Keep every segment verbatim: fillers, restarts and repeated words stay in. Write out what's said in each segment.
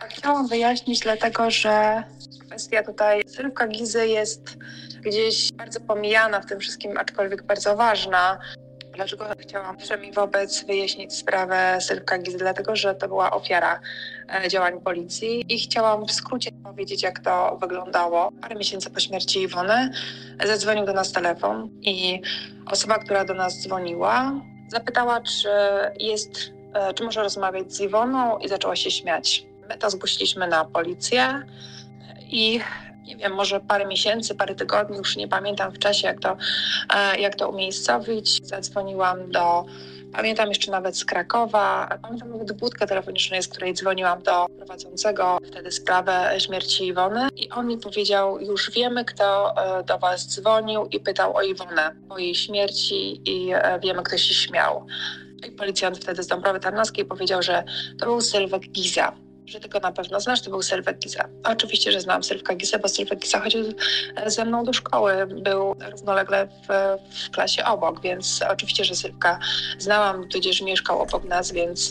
Chciałam wyjaśnić, dlatego że kwestia tutaj Sylwka Gizy jest gdzieś bardzo pomijana w tym wszystkim, aczkolwiek bardzo ważna. Dlaczego chciałam przynajmniej wobec wyjaśnić sprawę Sylwka Gizy? Dlatego, że to była ofiara działań policji i chciałam w skrócie powiedzieć, jak to wyglądało. Parę miesięcy po śmierci Iwony zadzwonił do nas telefon i osoba, która do nas dzwoniła, zapytała, czy jest, czy może rozmawiać z Iwoną i zaczęła się śmiać. My to zgłosiliśmy na policję i nie wiem, może parę miesięcy, parę tygodni, już nie pamiętam w czasie, jak to, jak to umiejscowić. Zadzwoniłam do, pamiętam jeszcze nawet z Krakowa, pamiętam nawet budkę telefoniczną, z której dzwoniłam do prowadzącego wtedy sprawę śmierci Iwony i on mi powiedział, już wiemy, kto do was dzwonił i pytał o Iwonę, o jej śmierci i wiemy, kto się śmiał. I policjant wtedy z Dąbrowy Tarnowskiej powiedział, że to był Sylwek Giza. Że tego na pewno znasz, to był Sylwek Giza. Oczywiście, że znam Sylwka Gizę, bo Sylwek Giza chodził ze mną do szkoły, był równolegle w, w klasie obok, więc oczywiście, że Sylwka znałam, tudzież mieszkał obok nas, więc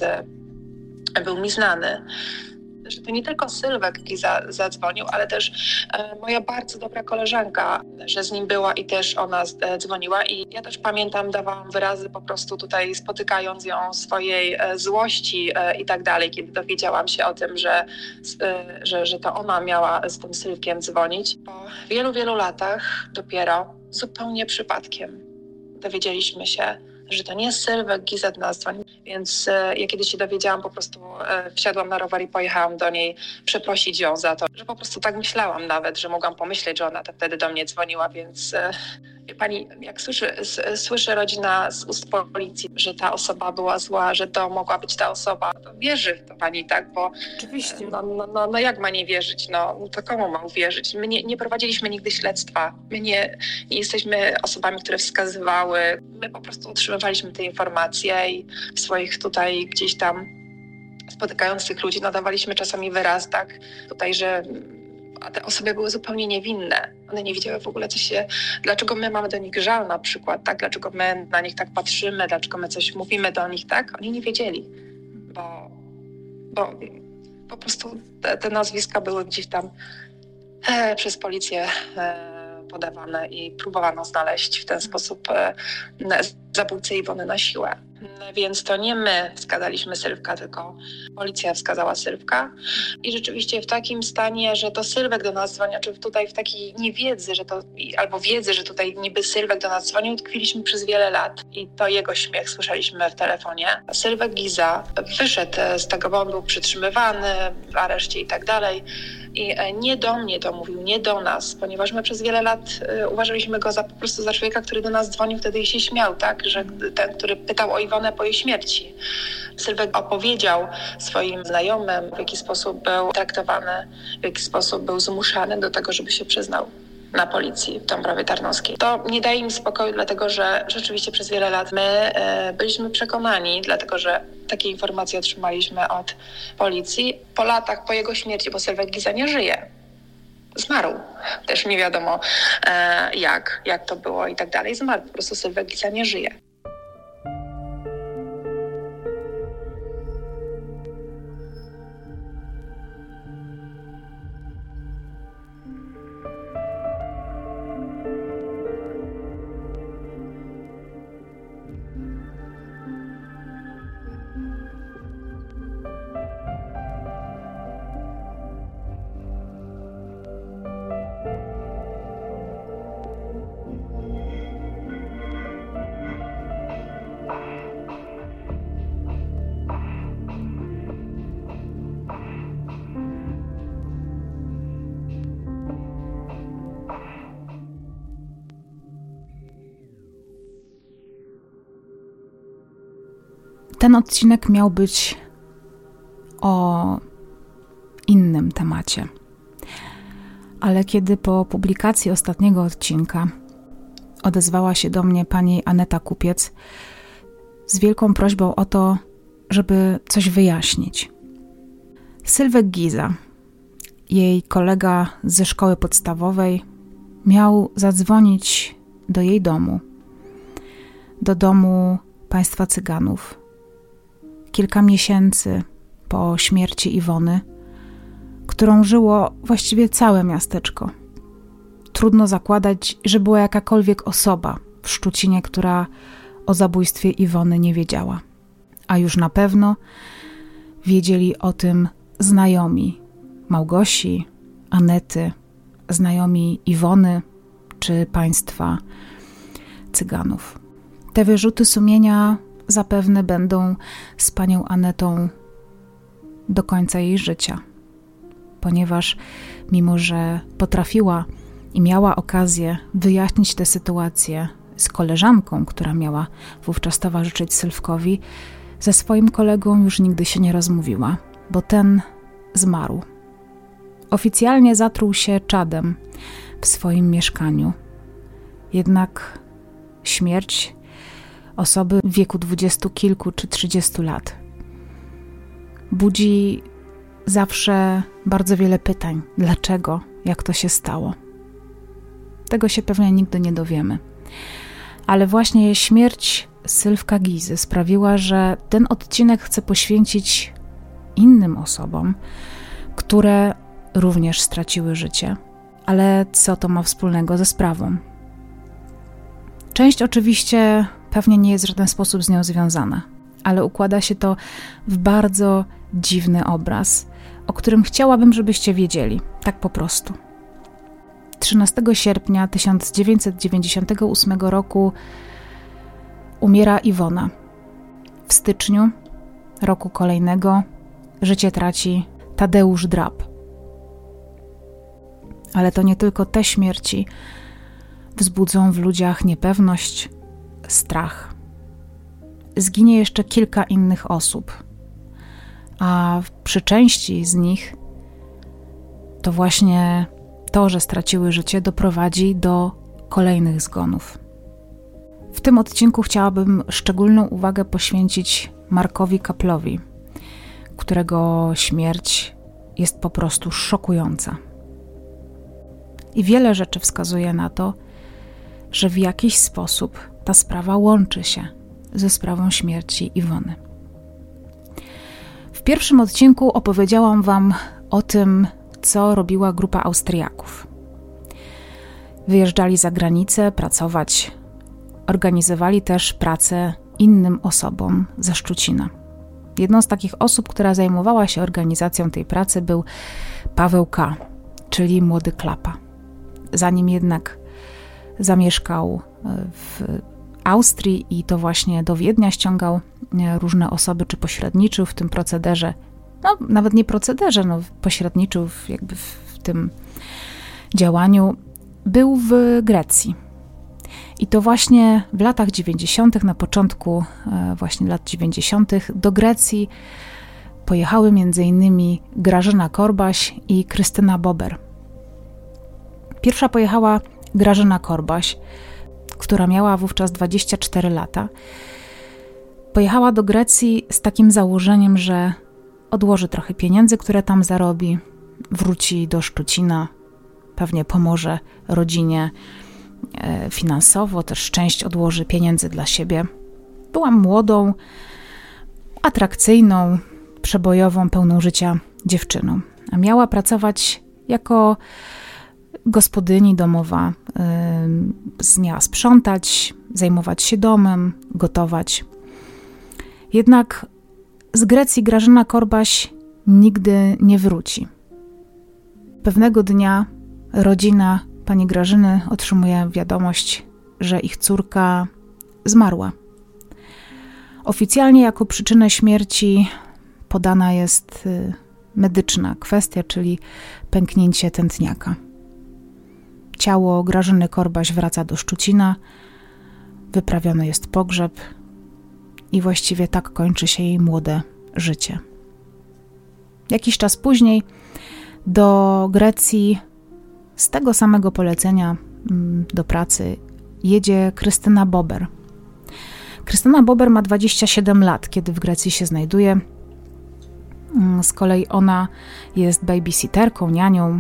był mi znany. Że to nie tylko Sylwek Giza zadzwonił, ale też e, moja bardzo dobra koleżanka, że z nim była i też ona e, dzwoniła i ja też pamiętam, dawałam wyrazy po prostu tutaj spotykając ją swojej e, złości e, i tak dalej, kiedy dowiedziałam się o tym, że, e, że, że to ona miała z tym Sylwkiem dzwonić. Po wielu, wielu latach dopiero zupełnie przypadkiem dowiedzieliśmy się, że to nie Sylwek Giza do nas dzwoni. Więc e, ja kiedy się dowiedziałam, po prostu e, wsiadłam na rower i pojechałam do niej przeprosić ją za to, że po prostu tak myślałam nawet, że mogłam pomyśleć, że ona to wtedy do mnie dzwoniła, więc e, pani, jak słyszy, s, słyszy rodzina z ust policji, że ta osoba była zła, że to mogła być ta osoba, to wierzy w to pani, tak, bo oczywiście. No, no, no, no jak ma nie wierzyć, no to komu ma uwierzyć? My nie, nie prowadziliśmy nigdy śledztwa, my nie, nie jesteśmy osobami, które wskazywały, my po prostu otrzymywaliśmy te informacje i w swoich tutaj gdzieś tam spotykających ludzi nadawaliśmy czasami wyraz, tak, tutaj, że a te osoby były zupełnie niewinne. One nie wiedziały w ogóle, co się, dlaczego my mamy do nich żal na przykład, tak, dlaczego my na nich tak patrzymy, dlaczego my coś mówimy do nich, tak, oni nie wiedzieli, bo, bo po prostu te, te nazwiska były gdzieś tam e, przez policję e, podawane i próbowano znaleźć w ten sposób e, zabójcę Iwony na siłę. Więc to nie my wskazaliśmy Sylwka, tylko policja wskazała Sylwka. I rzeczywiście w takim stanie, że to Sylwek do nas dzwonił, czy tutaj w takiej niewiedzy, że to, albo wiedzy, że tutaj niby Sylwek do nas dzwonił, tkwiliśmy przez wiele lat i to jego śmiech słyszeliśmy w telefonie. Sylwek Giza wyszedł z tego, bo on był przytrzymywany w areszcie i tak dalej. I nie do mnie to mówił, nie do nas, ponieważ my przez wiele lat uważaliśmy go za po prostu za człowieka, który do nas dzwonił wtedy i się śmiał, tak, że ten, który pytał o Iwonę po jej śmierci. Sylwek opowiedział swoim znajomym, w jaki sposób był traktowany, w jaki sposób był zmuszany do tego, żeby się przyznał na policji w Dąbrowie Tarnowskiej. To nie daje mi spokoju, dlatego że rzeczywiście przez wiele lat my e, byliśmy przekonani, dlatego że takie informacje otrzymaliśmy od policji po latach, po jego śmierci, bo Sylwek Giza nie żyje. Zmarł. Też nie wiadomo e, jak, jak to było i tak dalej. Zmarł. Po prostu Sylwek Giza nie żyje. Ten odcinek miał być o innym temacie. Ale kiedy po publikacji ostatniego odcinka odezwała się do mnie pani Aneta Kupiec z wielką prośbą o to, żeby coś wyjaśnić. Sylwek Giza, jej kolega ze szkoły podstawowej, miał zadzwonić do jej domu, do domu państwa Cyganów, kilka miesięcy po śmierci Iwony, którą żyło właściwie całe miasteczko. Trudno zakładać, że była jakakolwiek osoba w Szczucinie, która o zabójstwie Iwony nie wiedziała. A już na pewno wiedzieli o tym znajomi Małgosi, Anety, znajomi Iwony czy państwa Cyganów. Te wyrzuty sumienia zapewne będą z panią Anetą do końca jej życia, ponieważ mimo, że potrafiła i miała okazję wyjaśnić tę sytuację z koleżanką, która miała wówczas towarzyszyć Sylwkowi, ze swoim kolegą już nigdy się nie rozmówiła, bo ten zmarł. Oficjalnie zatruł się czadem w swoim mieszkaniu. Jednak śmierć osoby w wieku dwudziestu kilku czy trzydziestu lat budzi zawsze bardzo wiele pytań. Dlaczego? Jak to się stało? Tego się pewnie nigdy nie dowiemy. Ale właśnie śmierć Sylwka Gizy sprawiła, że ten odcinek chcę poświęcić innym osobom, które również straciły życie. Ale co to ma wspólnego ze sprawą? Część oczywiście pewnie nie jest w żaden sposób z nią związana, ale układa się to w bardzo dziwny obraz, o którym chciałabym, żebyście wiedzieli, tak po prostu. trzynastego sierpnia tysiąc dziewięćset dziewięćdziesiątego ósmego roku umiera Iwona. W styczniu roku kolejnego życie traci Tadeusz Drab. Ale to nie tylko te śmierci wzbudzą w ludziach niepewność, strach. Zginie jeszcze kilka innych osób, a przy części z nich to właśnie to, że straciły życie, doprowadzi do kolejnych zgonów. W tym odcinku chciałabym szczególną uwagę poświęcić Markowi Kaplowi, którego śmierć jest po prostu szokująca. I wiele rzeczy wskazuje na to, że w jakiś sposób ta sprawa łączy się ze sprawą śmierci Iwony. W pierwszym odcinku opowiedziałam wam o tym, co robiła grupa Austriaków. Wyjeżdżali za granicę pracować, organizowali też pracę innym osobom ze Szczucina. Jedną z takich osób, która zajmowała się organizacją tej pracy, był Paweł K., czyli młody Klapa. Zanim jednak zamieszkał w Austrii i to właśnie do Wiednia ściągał różne osoby, czy pośredniczył w tym procederze, no nawet nie procederze, no pośredniczył w, jakby w tym działaniu, był w Grecji. I to właśnie w latach dziewięćdziesiątych, na początku właśnie lat dziewięćdziesiątych do Grecji pojechały między innymi Grażyna Korbaś i Krystyna Bober. Pierwsza pojechała Grażyna Korbaś, która miała wówczas dwadzieścia cztery lata. Pojechała do Grecji z takim założeniem, że odłoży trochę pieniędzy, które tam zarobi, wróci do Szczucina, pewnie pomoże rodzinie finansowo, też część odłoży pieniędzy dla siebie. Była młodą, atrakcyjną, przebojową, pełną życia dziewczyną. A miała pracować jako gospodyni domowa. Miała sprzątać, zajmować się domem, gotować. Jednak z Grecji Grażyna Korbaś nigdy nie wróci. Pewnego dnia rodzina pani Grażyny otrzymuje wiadomość, że ich córka zmarła. Oficjalnie jako przyczynę śmierci podana jest medyczna kwestia, czyli pęknięcie tętniaka. Ciało Grażyny Korbaś wraca do Szczucina, wyprawiony jest pogrzeb i właściwie tak kończy się jej młode życie. Jakiś czas później do Grecji z tego samego polecenia do pracy jedzie Krystyna Bober. Krystyna Bober ma dwadzieścia siedem lat, kiedy w Grecji się znajduje. Z kolei ona jest babysitterką, nianią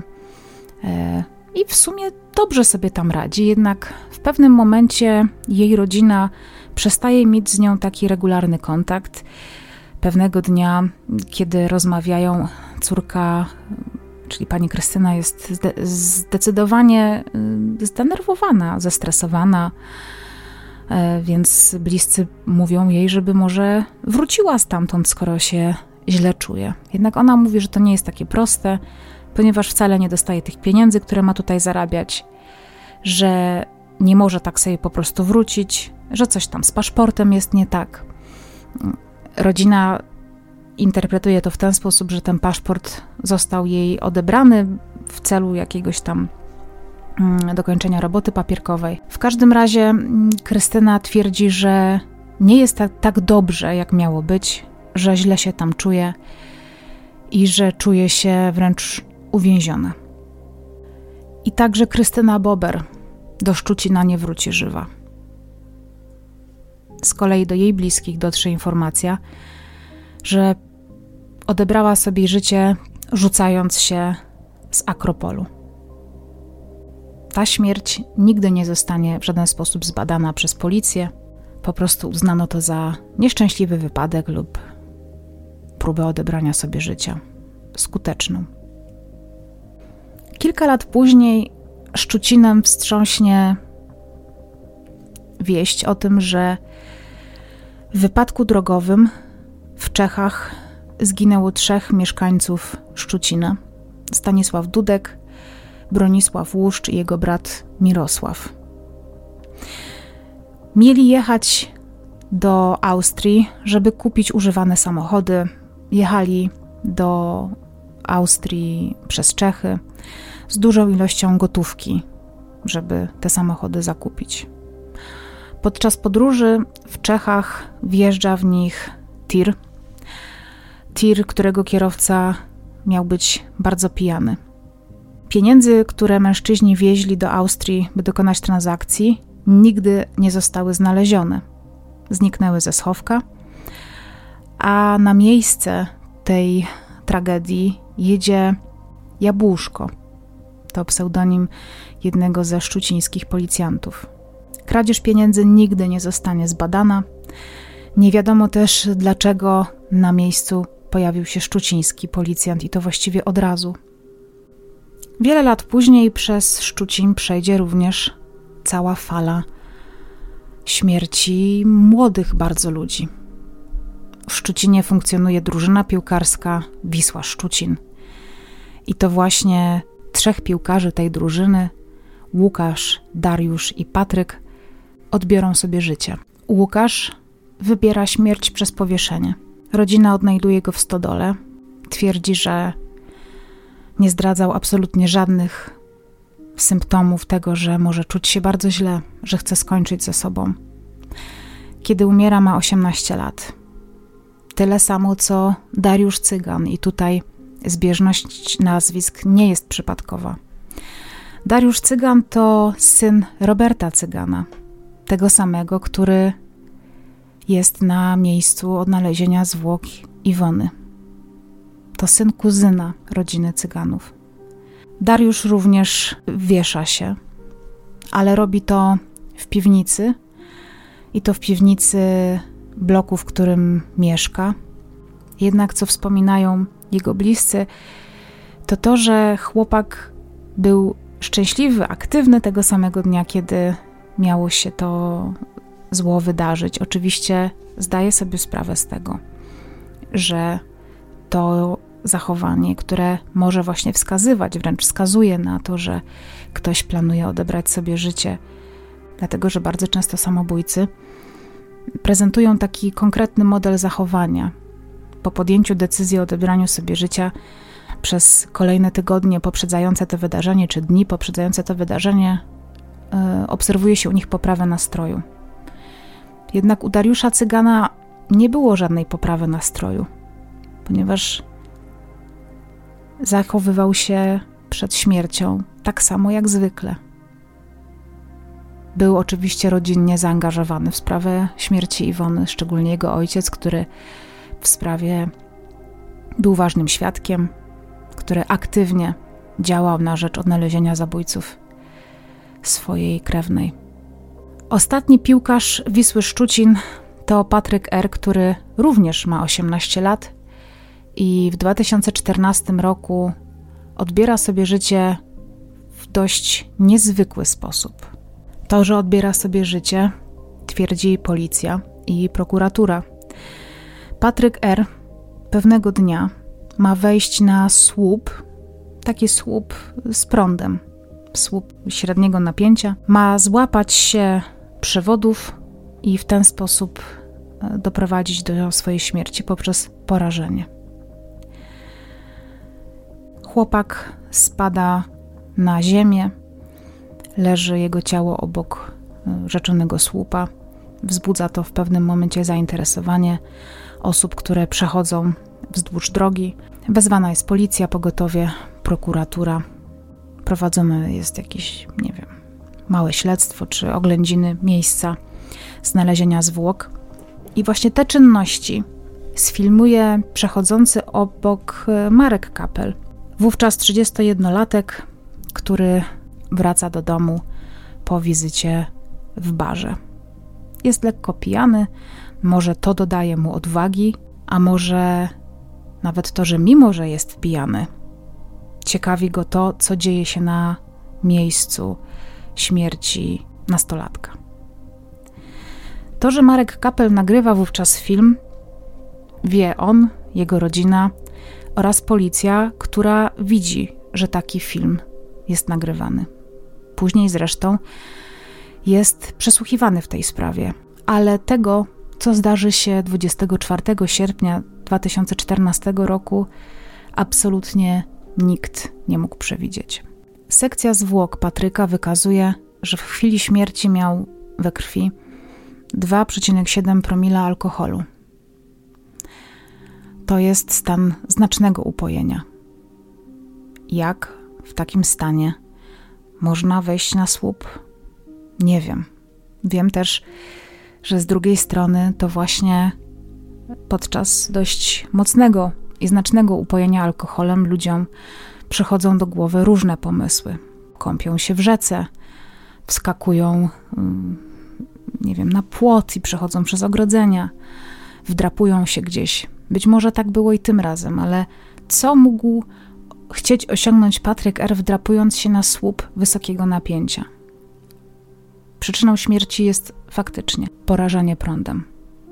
i w sumie dobrze sobie tam radzi, jednak w pewnym momencie jej rodzina przestaje mieć z nią taki regularny kontakt. Pewnego dnia, kiedy rozmawiają, córka czyli pani Krystyna jest zde- zdecydowanie zdenerwowana, zestresowana, więc bliscy mówią jej, żeby może wróciła stamtąd, skoro się źle czuje. Jednak ona mówi, że to nie jest takie proste, ponieważ wcale nie dostaje tych pieniędzy, które ma tutaj zarabiać, że nie może tak sobie po prostu wrócić, że coś tam z paszportem jest nie tak. Rodzina interpretuje to w ten sposób, że ten paszport został jej odebrany w celu jakiegoś tam dokończenia roboty papierkowej. W każdym razie Krystyna twierdzi, że nie jest tak, tak dobrze, jak miało być, że źle się tam czuje i że czuje się wręcz uwięziona. I także Krystyna Bober do Szczucina nie wróci żywa. Z kolei do jej bliskich dotrze informacja, że odebrała sobie życie, rzucając się z Akropolu. Ta śmierć nigdy nie zostanie w żaden sposób zbadana przez policję. Po prostu uznano to za nieszczęśliwy wypadek lub próbę odebrania sobie życia. Skuteczną. Kilka lat później Szczucinem wstrząśnie wieść o tym, że w wypadku drogowym w Czechach zginęło trzech mieszkańców Szczucina. Stanisław Dudek, Bronisław Łuszcz i jego brat Mirosław. Mieli jechać do Austrii, żeby kupić używane samochody. Jechali do Austrii przez Czechy z dużą ilością gotówki, żeby te samochody zakupić. Podczas podróży w Czechach wjeżdża w nich tir. Tir, którego kierowca miał być bardzo pijany. Pieniędzy, które mężczyźni wieźli do Austrii, by dokonać transakcji, nigdy nie zostały znalezione. Zniknęły ze schowka, a na miejsce tej tragedii jedzie Jabłuszko. To pseudonim jednego ze szczucińskich policjantów. Kradzież pieniędzy nigdy nie zostanie zbadana. Nie wiadomo też, dlaczego na miejscu pojawił się szczuciński policjant i to właściwie od razu. Wiele lat później przez Szczucin przejdzie również cała fala śmierci młodych bardzo ludzi. W Szczucinie funkcjonuje drużyna piłkarska Wisła Szczucin. I to właśnie trzech piłkarzy tej drużyny, Łukasz, Dariusz i Patryk, odbiorą sobie życie. Łukasz wybiera śmierć przez powieszenie. Rodzina odnajduje go w stodole. Twierdzi, że nie zdradzał absolutnie żadnych symptomów tego, że może czuć się bardzo źle, że chce skończyć ze sobą. Kiedy umiera, ma osiemnaście lat. Tyle samo, co Dariusz Cygan i tutaj zbieżność nazwisk nie jest przypadkowa. Dariusz Cygan to syn Roberta Cygana, tego samego, który jest na miejscu odnalezienia zwłok Iwony. To syn kuzyna rodziny Cyganów. Dariusz również wiesza się, ale robi to w piwnicy i to w piwnicy bloku, w którym mieszka. Jednak co wspominają jego bliscy, to to, że chłopak był szczęśliwy, aktywny tego samego dnia, kiedy miało się to zło wydarzyć. Oczywiście zdaje sobie sprawę z tego, że to zachowanie, które może właśnie wskazywać, wręcz wskazuje na to, że ktoś planuje odebrać sobie życie, dlatego że bardzo często samobójcy prezentują taki konkretny model zachowania. Po podjęciu decyzji o odebraniu sobie życia przez kolejne tygodnie poprzedzające to wydarzenie, czy dni poprzedzające to wydarzenie, yy, obserwuje się u nich poprawę nastroju. Jednak u Dariusza Cygana nie było żadnej poprawy nastroju, ponieważ zachowywał się przed śmiercią tak samo jak zwykle. Był oczywiście rodzinnie zaangażowany w sprawę śmierci Iwony, szczególnie jego ojciec, który w sprawie był ważnym świadkiem, który aktywnie działał na rzecz odnalezienia zabójców swojej krewnej. Ostatni piłkarz Wisły Szczucin to Patryk R., który również ma osiemnaście lat i w dwa tysiące czternastym roku odbiera sobie życie w dość niezwykły sposób. To, że odbiera sobie życie, twierdzi policja i prokuratura. Patryk R. pewnego dnia ma wejść na słup, taki słup z prądem, słup średniego napięcia. Ma złapać się przewodów i w ten sposób doprowadzić do swojej śmierci poprzez porażenie. Chłopak spada na ziemię, leży jego ciało obok rzeczonego słupa. Wzbudza to w pewnym momencie zainteresowanie osób, które przechodzą wzdłuż drogi. Wezwana jest policja, pogotowie, prokuratura. Prowadzone jest jakieś, nie wiem, małe śledztwo czy oględziny miejsca znalezienia zwłok. I właśnie te czynności sfilmuje przechodzący obok Marek Kapel, wówczas trzydziestojednolatek, który wraca do domu po wizycie w barze. Jest lekko pijany, może to dodaje mu odwagi, a może nawet to, że mimo, że jest pijany, ciekawi go to, co dzieje się na miejscu śmierci nastolatka. To, że Marek Kapel nagrywa wówczas film, wie on, jego rodzina oraz policja, która widzi, że taki film jest nagrywany. Później zresztą jest przesłuchiwany w tej sprawie, ale tego, co zdarzy się dwudziestego czwartego sierpnia dwa tysiące czternastego roku, absolutnie nikt nie mógł przewidzieć. Sekcja zwłok Patryka wykazuje, że w chwili śmierci miał we krwi dwa przecinek siedem promila alkoholu. To jest stan znacznego upojenia. Jak w takim stanie można wejść na słup? Nie wiem. Wiem też, że z drugiej strony to właśnie podczas dość mocnego i znacznego upojenia alkoholem ludziom przychodzą do głowy różne pomysły. Kąpią się w rzece, wskakują, nie wiem, na płot i przechodzą przez ogrodzenia, wdrapują się gdzieś. Być może tak było i tym razem, ale co mógł chcieć osiągnąć Patryk R., wdrapując się na słup wysokiego napięcia? Przyczyną śmierci jest faktycznie porażenie prądem.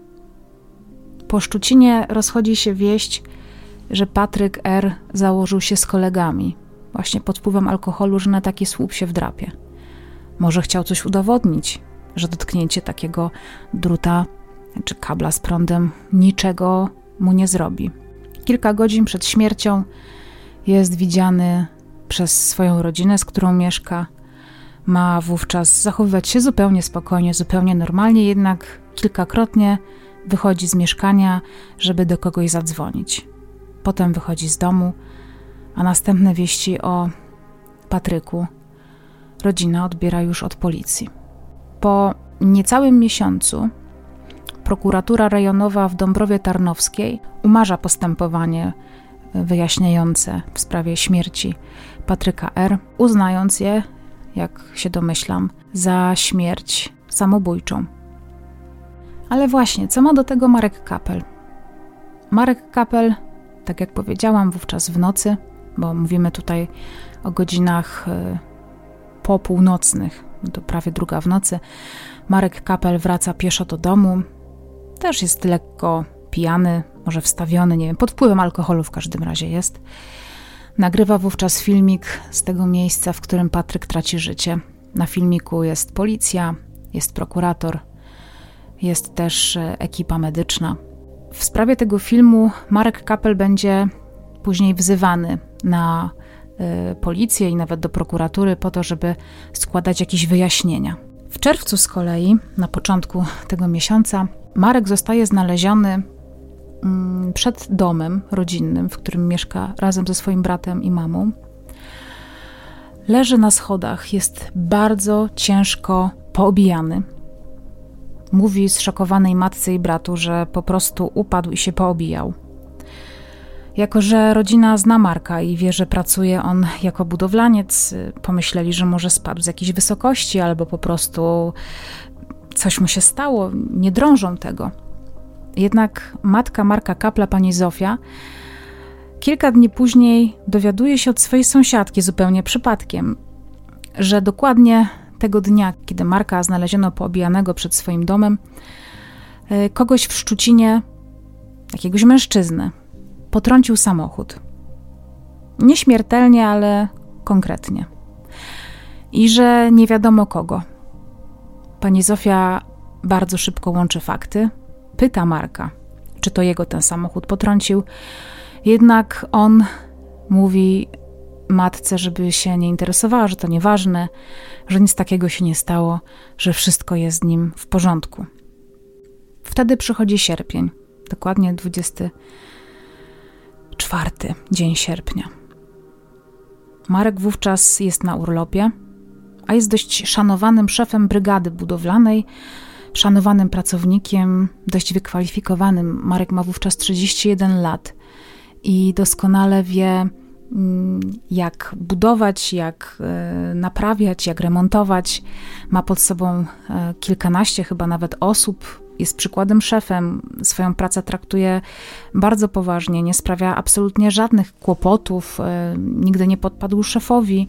Po Szczucinie rozchodzi się wieść, że Patryk R. założył się z kolegami, właśnie pod wpływem alkoholu, że na taki słup się wdrapie. Może chciał coś udowodnić, że dotknięcie takiego druta czy kabla z prądem niczego mu nie zrobi. Kilka godzin przed śmiercią jest widziany przez swoją rodzinę, z którą mieszka. Ma wówczas zachowywać się zupełnie spokojnie, zupełnie normalnie, jednak kilkakrotnie wychodzi z mieszkania, żeby do kogoś zadzwonić. Potem wychodzi z domu, a następne wieści o Patryku rodzina odbiera już od policji. Po niecałym miesiącu prokuratura rejonowa w Dąbrowie Tarnowskiej umarza postępowanie wyjaśniające w sprawie śmierci Patryka R., uznając je, jak się domyślam, za śmierć samobójczą. Ale właśnie, co ma do tego Marek Kapel? Marek Kapel, tak jak powiedziałam, wówczas w nocy, bo mówimy tutaj o godzinach popółnocnych, to prawie druga w nocy, Marek Kapel wraca pieszo do domu, też jest lekko pijany, może wstawiony, nie wiem, pod wpływem alkoholu w każdym razie jest. Nagrywa wówczas filmik z tego miejsca, w którym Patryk traci życie. Na filmiku jest policja, jest prokurator, jest też ekipa medyczna. W sprawie tego filmu Marek Kapel będzie później wzywany na y, policję i nawet do prokuratury po to, żeby składać jakieś wyjaśnienia. W czerwcu z kolei, na początku tego miesiąca, Marek zostaje znaleziony mm, przed domem rodzinnym, w którym mieszka razem ze swoim bratem i mamą. Leży na schodach, jest bardzo ciężko poobijany. Mówi zszokowanej matce i bratu, że po prostu upadł i się poobijał. Jako że rodzina zna Marka i wie, że pracuje on jako budowlaniec, pomyśleli, że może spadł z jakiejś wysokości albo po prostu coś mu się stało, nie drążą tego. Jednak matka Marka Kapla, pani Zofia, Kilka dni później dowiaduje się od swojej sąsiadki zupełnie przypadkiem, że dokładnie tego dnia, kiedy Marka znaleziono poobijanego przed swoim domem, kogoś w Szczucinie, jakiegoś mężczyznę, potrącił samochód. Nieśmiertelnie, ale konkretnie. I że nie wiadomo kogo. Pani Zofia bardzo szybko łączy fakty, pyta Marka, czy to jego ten samochód potrącił. Jednak on mówi matce, żeby się nie interesowała, że to nieważne, że nic takiego się nie stało, że wszystko jest z nim w porządku. Wtedy przychodzi sierpień, dokładnie dwudziesty czwarty dzień sierpnia. Marek wówczas jest na urlopie, a jest dość szanowanym szefem brygady budowlanej, szanowanym pracownikiem, dość wykwalifikowanym. Marek ma wówczas trzydzieści jeden lat i doskonale wie, jak budować, jak naprawiać, jak remontować. Ma pod sobą kilkanaście chyba nawet osób. Jest przykładem szefem, swoją pracę traktuje bardzo poważnie, nie sprawia absolutnie żadnych kłopotów, nigdy nie podpadł szefowi.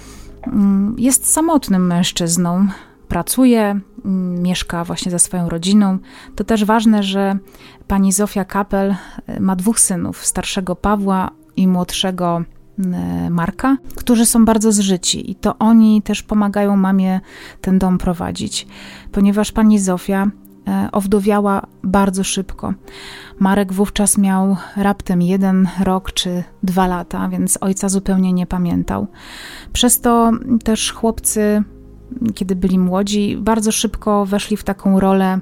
Jest samotnym mężczyzną, pracuje, mieszka właśnie ze swoją rodziną. To też ważne, że pani Zofia Kapel ma dwóch synów, starszego Pawła i młodszego Marka, którzy są bardzo zżyci i to oni też pomagają mamie ten dom prowadzić, ponieważ pani Zofia owdowiała bardzo szybko. Marek wówczas miał raptem jeden rok czy dwa lata, więc ojca zupełnie nie pamiętał. Przez to też chłopcy, kiedy byli młodzi, bardzo szybko weszli w taką rolę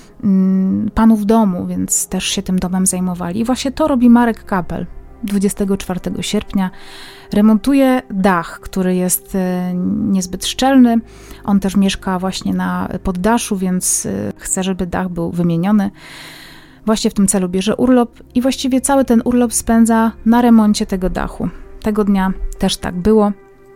panów domu, więc też się tym domem zajmowali. I właśnie to robi Marek Kapel. dwudziestego czwartego sierpnia remontuje dach, który jest niezbyt szczelny. On też mieszka właśnie na poddaszu, więc chce, żeby dach był wymieniony. Właśnie w tym celu bierze urlop i właściwie cały ten urlop spędza na remoncie tego dachu. Tego dnia też tak było,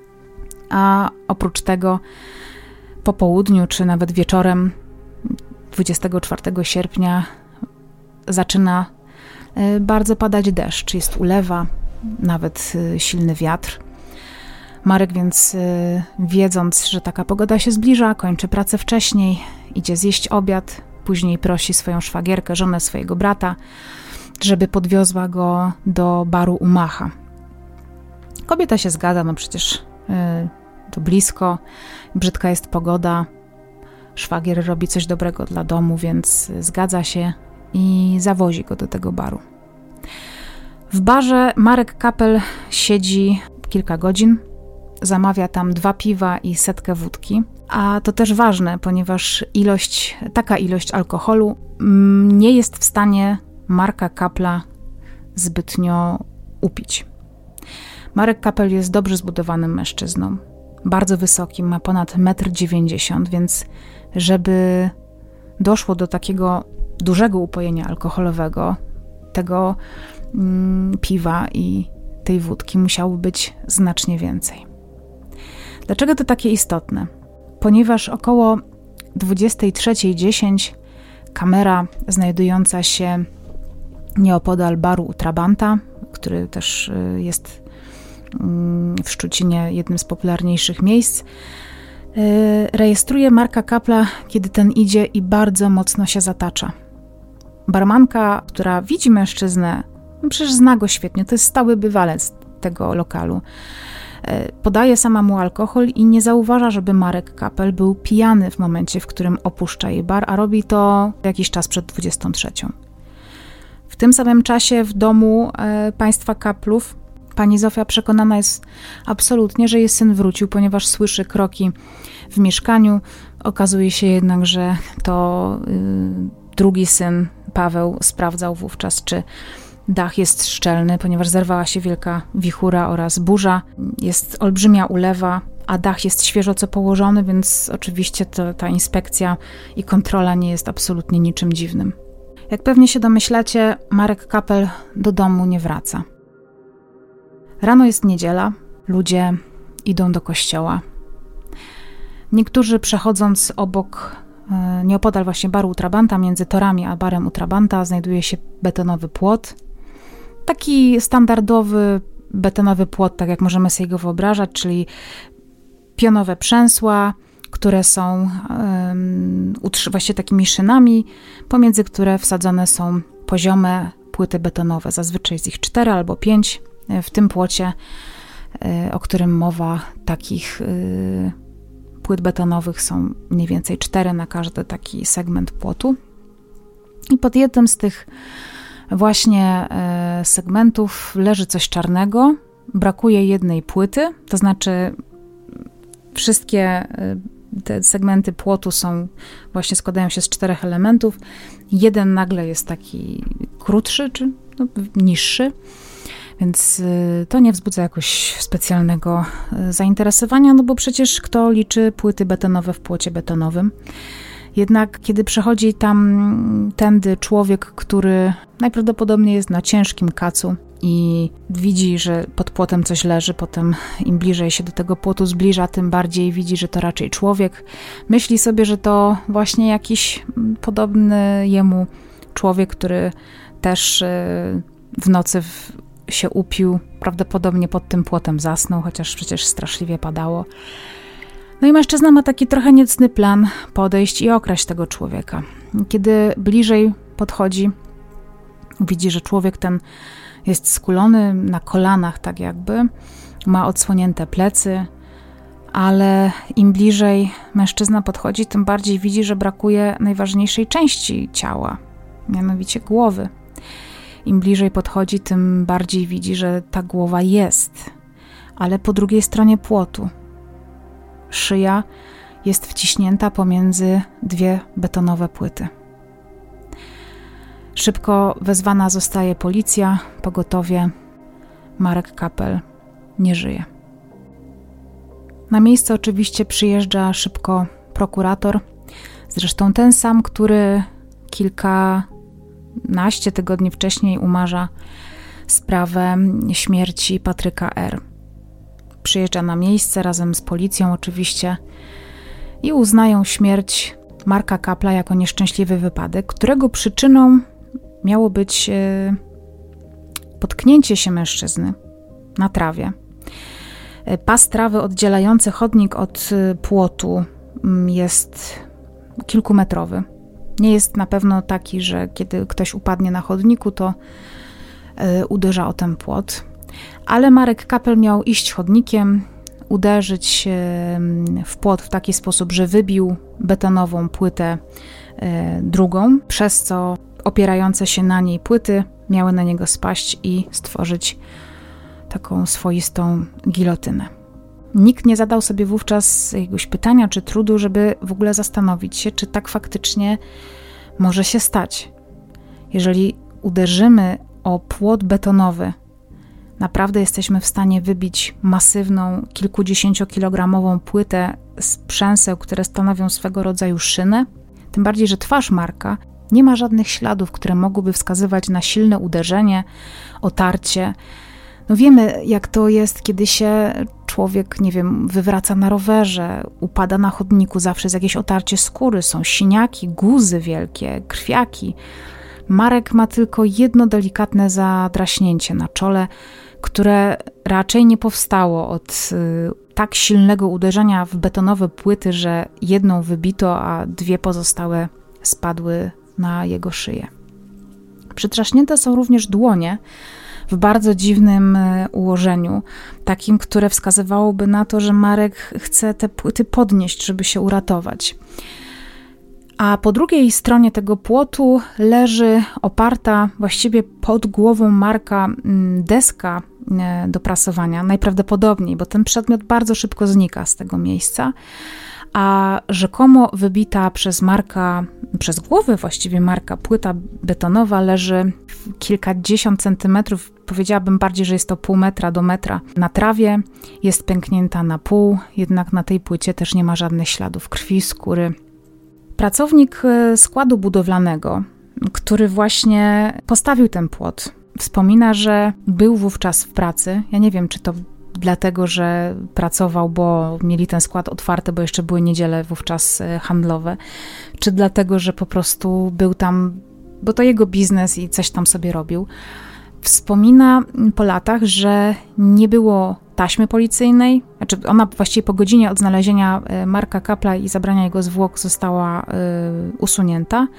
a oprócz tego po południu czy nawet wieczorem dwudziestego czwartego sierpnia zaczyna bardzo padać deszcz, jest ulewa, nawet silny wiatr. Marek więc, wiedząc, że taka pogoda się zbliża, kończy pracę wcześniej, idzie zjeść obiad, później prosi swoją szwagierkę, żonę swojego brata, żeby podwiozła go do baru u Macha. Kobieta się zgadza, no przecież to blisko, brzydka jest pogoda, szwagier robi coś dobrego dla domu, więc zgadza się i zawozi go do tego baru. W barze Marek Kapel siedzi kilka godzin, zamawia tam dwa piwa i setkę wódki, a to też ważne, ponieważ ilość, taka ilość alkoholu nie jest w stanie Marka Kapla zbytnio upić. Marek Kapel jest dobrze zbudowanym mężczyzną, bardzo wysokim, ma ponad metr dziewięćdziesiąt, więc żeby doszło do takiego dużego upojenia alkoholowego, tego mm, piwa i tej wódki musiało być znacznie więcej. Dlaczego to takie istotne? Ponieważ około dwudziestej trzeciej dziesięć kamera znajdująca się nieopodal baru u Trabanta, który też jest w Szczucinie jednym z popularniejszych miejsc, rejestruje Marka Kapla, kiedy ten idzie i bardzo mocno się zatacza. Barmanka, która widzi mężczyznę, no przecież zna go świetnie, to jest stały bywalec tego lokalu, podaje sama mu alkohol i nie zauważa, żeby Marek Kapel był pijany w momencie, w którym opuszcza jej bar, a robi to jakiś czas przed dwudziestą trzecią. W tym samym czasie w domu e, państwa Kaplów pani Zofia przekonana jest absolutnie, że jej syn wrócił, ponieważ słyszy kroki w mieszkaniu. Okazuje się jednak, że to y, drugi syn, Paweł, sprawdzał wówczas, czy dach jest szczelny, ponieważ zerwała się wielka wichura oraz burza. Jest olbrzymia ulewa, a dach jest świeżo co położony, więc oczywiście to, ta inspekcja i kontrola nie jest absolutnie niczym dziwnym. Jak pewnie się domyślacie, Marek Kapel do domu nie wraca. Rano jest niedziela, ludzie idą do kościoła. Niektórzy przechodząc obok, nieopodal właśnie baru u Trabanta, między torami a barem u Trabanta znajduje się betonowy płot. taki standardowy betonowy płot, tak jak możemy sobie go wyobrażać, czyli pionowe przęsła, które są um, właściwie takimi szynami, pomiędzy które wsadzone są poziome płyty betonowe. Zazwyczaj jest ich cztery albo pięć. W tym płocie, o którym mowa, takich płyt betonowych są mniej więcej cztery na każdy taki segment płotu. I pod jednym z tych właśnie segmentów leży coś czarnego. Brakuje jednej płyty, to znaczy wszystkie te segmenty płotu są, właśnie składają się z czterech elementów. Jeden nagle jest taki krótszy, czy no, niższy, więc to nie wzbudza jakoś specjalnego zainteresowania, no bo przecież kto liczy płyty betonowe w płocie betonowym? Jednak kiedy przechodzi tam tędy człowiek, który najprawdopodobniej jest na ciężkim kacu i widzi, że pod płotem coś leży, potem im bliżej się do tego płotu zbliża, tym bardziej widzi, że to raczej człowiek. Myśli sobie, że to właśnie jakiś podobny jemu człowiek, który też w nocy się upił, prawdopodobnie pod tym płotem zasnął, chociaż przecież straszliwie padało. No i mężczyzna ma taki trochę niecny plan podejść i okraść tego człowieka. Kiedy bliżej podchodzi, widzi, że człowiek ten jest skulony na kolanach, tak jakby, ma odsłonięte plecy, ale im bliżej mężczyzna podchodzi, tym bardziej widzi, że brakuje najważniejszej części ciała, mianowicie głowy. Im bliżej podchodzi, tym bardziej widzi, że ta głowa jest, ale po drugiej stronie płotu. Szyja jest wciśnięta pomiędzy dwie betonowe płyty. Szybko wezwana zostaje policja, pogotowie. Marek Kapel nie żyje. Na miejsce oczywiście przyjeżdża szybko prokurator, zresztą ten sam, który kilkanaście tygodni wcześniej umarza sprawę śmierci Patryka R. Przyjeżdża na miejsce razem z policją oczywiście i uznają śmierć Marka Kapla jako nieszczęśliwy wypadek, którego przyczyną miało być potknięcie się mężczyzny na trawie. Pas trawy oddzielający chodnik od płotu jest kilkumetrowy. Nie jest na pewno taki, że kiedy ktoś upadnie na chodniku, to uderza o ten płot. Ale Marek Kapel miał iść chodnikiem, uderzyć w płot w taki sposób, że wybił betonową płytę drugą, przez co opierające się na niej płyty miały na niego spaść i stworzyć taką swoistą gilotynę. Nikt nie zadał sobie wówczas jakiegoś pytania czy trudu, żeby w ogóle zastanowić się, czy tak faktycznie może się stać. Jeżeli uderzymy o płot betonowy, naprawdę jesteśmy w stanie wybić masywną, kilkudziesięciokilogramową płytę z przęseł, które stanowią swego rodzaju szynę? Tym bardziej, że twarz Marka nie ma żadnych śladów, które mogłyby wskazywać na silne uderzenie, otarcie. No wiemy, jak to jest, kiedy się człowiek, nie wiem, wywraca na rowerze, upada na chodniku, zawsze jest jakieś otarcie skóry, są siniaki, guzy wielkie, krwiaki. Marek ma tylko jedno delikatne zadraśnięcie na czole, które raczej nie powstało od y, tak silnego uderzenia w betonowe płyty, że jedną wybito, a dwie pozostałe spadły na jego szyję. Przytrzaśnięte są również dłonie w bardzo dziwnym ułożeniu, takim, które wskazywałoby na to, że Marek chce te płyty podnieść, żeby się uratować. A po drugiej stronie tego płotu leży oparta właściwie pod głową Marka deska do prasowania, najprawdopodobniej, bo ten przedmiot bardzo szybko znika z tego miejsca, a rzekomo wybita przez Marka, przez głowę właściwie Marka płyta betonowa leży kilkadziesiąt centymetrów, powiedziałabym bardziej, że jest to pół metra do metra na trawie, jest pęknięta na pół, jednak na tej płycie też nie ma żadnych śladów krwi, skóry. Pracownik składu budowlanego, który właśnie postawił ten płot, wspomina, że był wówczas w pracy. Ja nie wiem, czy to dlatego, że pracował, bo mieli ten skład otwarty, bo jeszcze były niedziele wówczas handlowe, czy dlatego, że po prostu był tam, bo to jego biznes i coś tam sobie robił. Wspomina po latach, że nie było taśmy policyjnej, znaczy ona właściwie po godzinie od znalezienia Marka Kappla i zabrania jego zwłok została y, usunięta.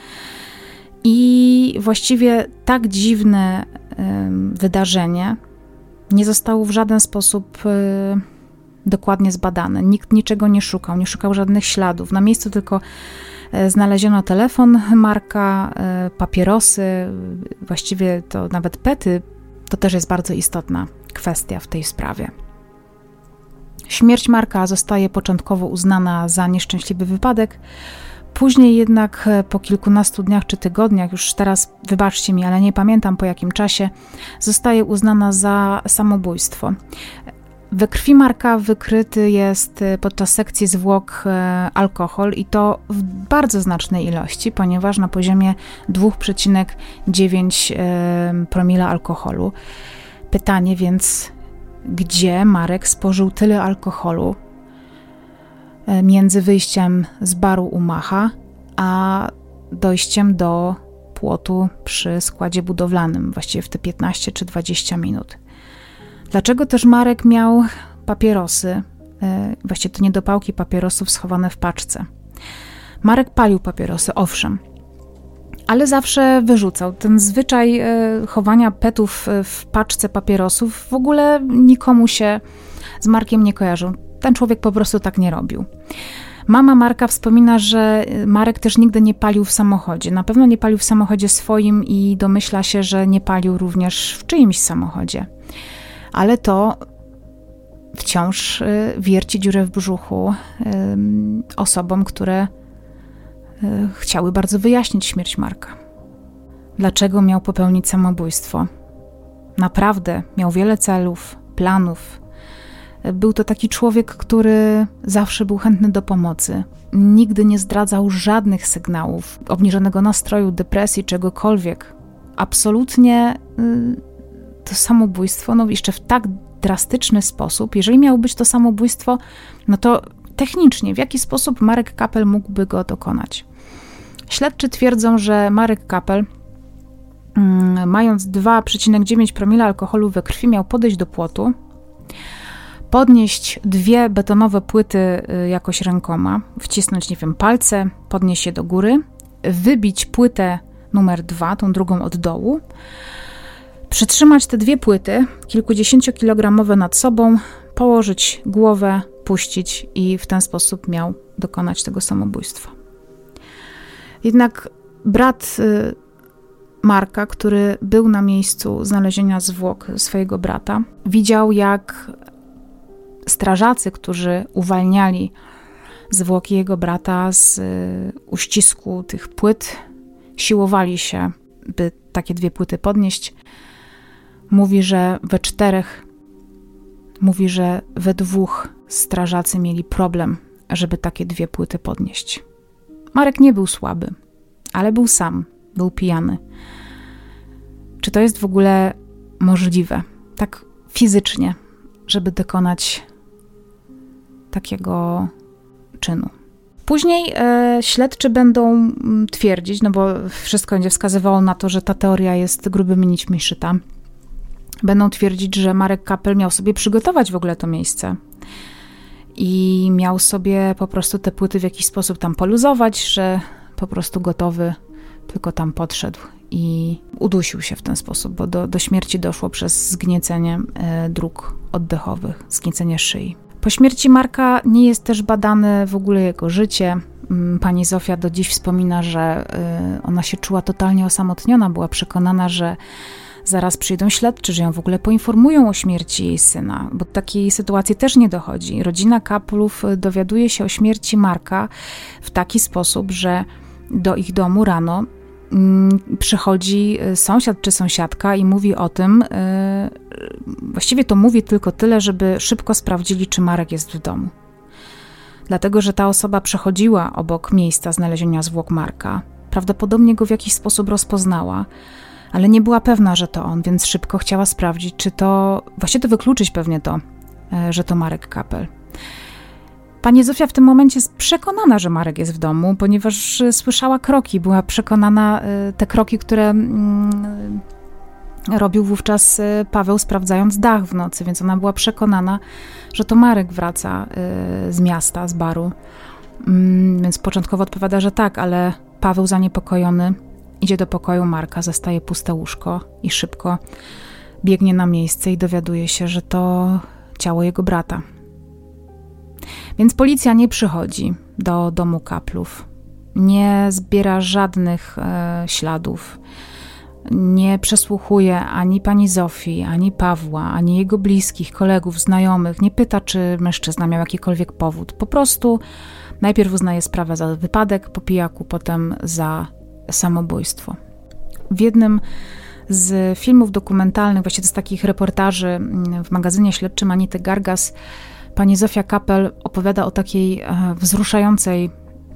I właściwie tak dziwne y, wydarzenie nie zostało w żaden sposób y, dokładnie zbadane. Nikt niczego nie szukał, nie szukał żadnych śladów. Na miejscu tylko y, znaleziono telefon Marka, y, papierosy, właściwie to nawet pety. To też jest bardzo istotna kwestia w tej sprawie. Śmierć Marka zostaje początkowo uznana za nieszczęśliwy wypadek, później jednak po kilkunastu dniach czy tygodniach, już teraz wybaczcie mi, ale nie pamiętam po jakim czasie, zostaje uznana za samobójstwo. We krwi Marka wykryty jest podczas sekcji zwłok alkohol i to w bardzo znacznej ilości, ponieważ na poziomie dwa przecinek dziewięć promila alkoholu. Pytanie więc, gdzie Marek spożył tyle alkoholu między wyjściem z baru u Macha, a dojściem do płotu przy składzie budowlanym, właściwie w te piętnaście czy dwadzieścia minut. Dlaczego też Marek miał papierosy, właściwie to niedopałki papierosów schowane w paczce? Marek palił papierosy, owszem, ale zawsze wyrzucał. Ten zwyczaj chowania petów w paczce papierosów w ogóle nikomu się z Markiem nie kojarzył. Ten człowiek po prostu tak nie robił. Mama Marka wspomina, że Marek też nigdy nie palił w samochodzie. Na pewno nie palił w samochodzie swoim i domyśla się, że nie palił również w czyimś samochodzie. Ale to wciąż wierci dziurę w brzuchu osobom, które chciały bardzo wyjaśnić śmierć Marka. Dlaczego miał popełnić samobójstwo? Naprawdę miał wiele celów, planów. Był to taki człowiek, który zawsze był chętny do pomocy. Nigdy nie zdradzał żadnych sygnałów obniżonego nastroju, depresji, czegokolwiek. Absolutnie to samobójstwo, no jeszcze w tak drastyczny sposób, jeżeli miało być to samobójstwo, no to technicznie, w jaki sposób Marek Kappel mógłby go dokonać? Śledczy twierdzą, że Marek Kappel, mając dwa przecinek dziewięć promila alkoholu we krwi, miał podejść do płotu, podnieść dwie betonowe płyty jakoś rękoma, wcisnąć, nie wiem, palce, podnieść je do góry, wybić płytę numer dwa, tą drugą od dołu, przytrzymać te dwie płyty, kilkudziesięciokilogramowe nad sobą, położyć głowę, puścić i w ten sposób miał dokonać tego samobójstwa. Jednak brat Marka, który był na miejscu znalezienia zwłok swojego brata, widział, jak strażacy, którzy uwalniali zwłoki jego brata z uścisku tych płyt, siłowali się, by takie dwie płyty podnieść. Mówi, że we czterech, mówi, że we dwóch strażacy mieli problem, żeby takie dwie płyty podnieść. Marek nie był słaby, ale był sam, był pijany. Czy to jest w ogóle możliwe, tak fizycznie, żeby dokonać takiego czynu? Później e, śledczy będą twierdzić, no bo wszystko będzie wskazywało na to, że ta teoria jest grubymi nićmi szyta. Będą twierdzić, że Marek Kappel miał sobie przygotować w ogóle to miejsce i miał sobie po prostu te płyty w jakiś sposób tam poluzować, że po prostu gotowy tylko tam podszedł i udusił się w ten sposób, bo do, do śmierci doszło przez zgniecenie e, dróg oddechowych, zgniecenie szyi. Po śmierci Marka nie jest też badane w ogóle jego życie. Pani Zofia do dziś wspomina, że y, ona się czuła totalnie osamotniona, była przekonana, że zaraz przyjdą śledczy, że ją w ogóle poinformują o śmierci jej syna, bo do takiej sytuacji też nie dochodzi. Rodzina Kapplów dowiaduje się o śmierci Marka w taki sposób, że do ich domu rano mm, przychodzi sąsiad czy sąsiadka i mówi o tym, yy, właściwie to mówi tylko tyle, żeby szybko sprawdzili, czy Marek jest w domu. Dlatego, że ta osoba przechodziła obok miejsca znalezienia zwłok Marka, prawdopodobnie go w jakiś sposób rozpoznała, ale nie była pewna, że to on, więc szybko chciała sprawdzić, czy to, właściwie to wykluczyć pewnie to, że to Marek Kappel. Pani Zofia w tym momencie jest przekonana, że Marek jest w domu, ponieważ słyszała kroki, była przekonana, te kroki, które robił wówczas Paweł, sprawdzając dach w nocy, więc ona była przekonana, że to Marek wraca z miasta, z baru. Więc początkowo odpowiada, że tak, ale Paweł zaniepokojony idzie do pokoju Marka, zastaje puste łóżko i szybko biegnie na miejsce i dowiaduje się, że to ciało jego brata. Więc policja nie przychodzi do domu Kaplów, nie zbiera żadnych e, śladów, nie przesłuchuje ani pani Zofii, ani Pawła, ani jego bliskich, kolegów, znajomych, nie pyta, czy mężczyzna miał jakikolwiek powód. Po prostu najpierw uznaje sprawę za wypadek po pijaku, potem za samobójstwo. W jednym z filmów dokumentalnych, właściwie z takich reportaży w magazynie śledczym Anity Gargas, pani Zofia Kapel opowiada o takiej wzruszającej,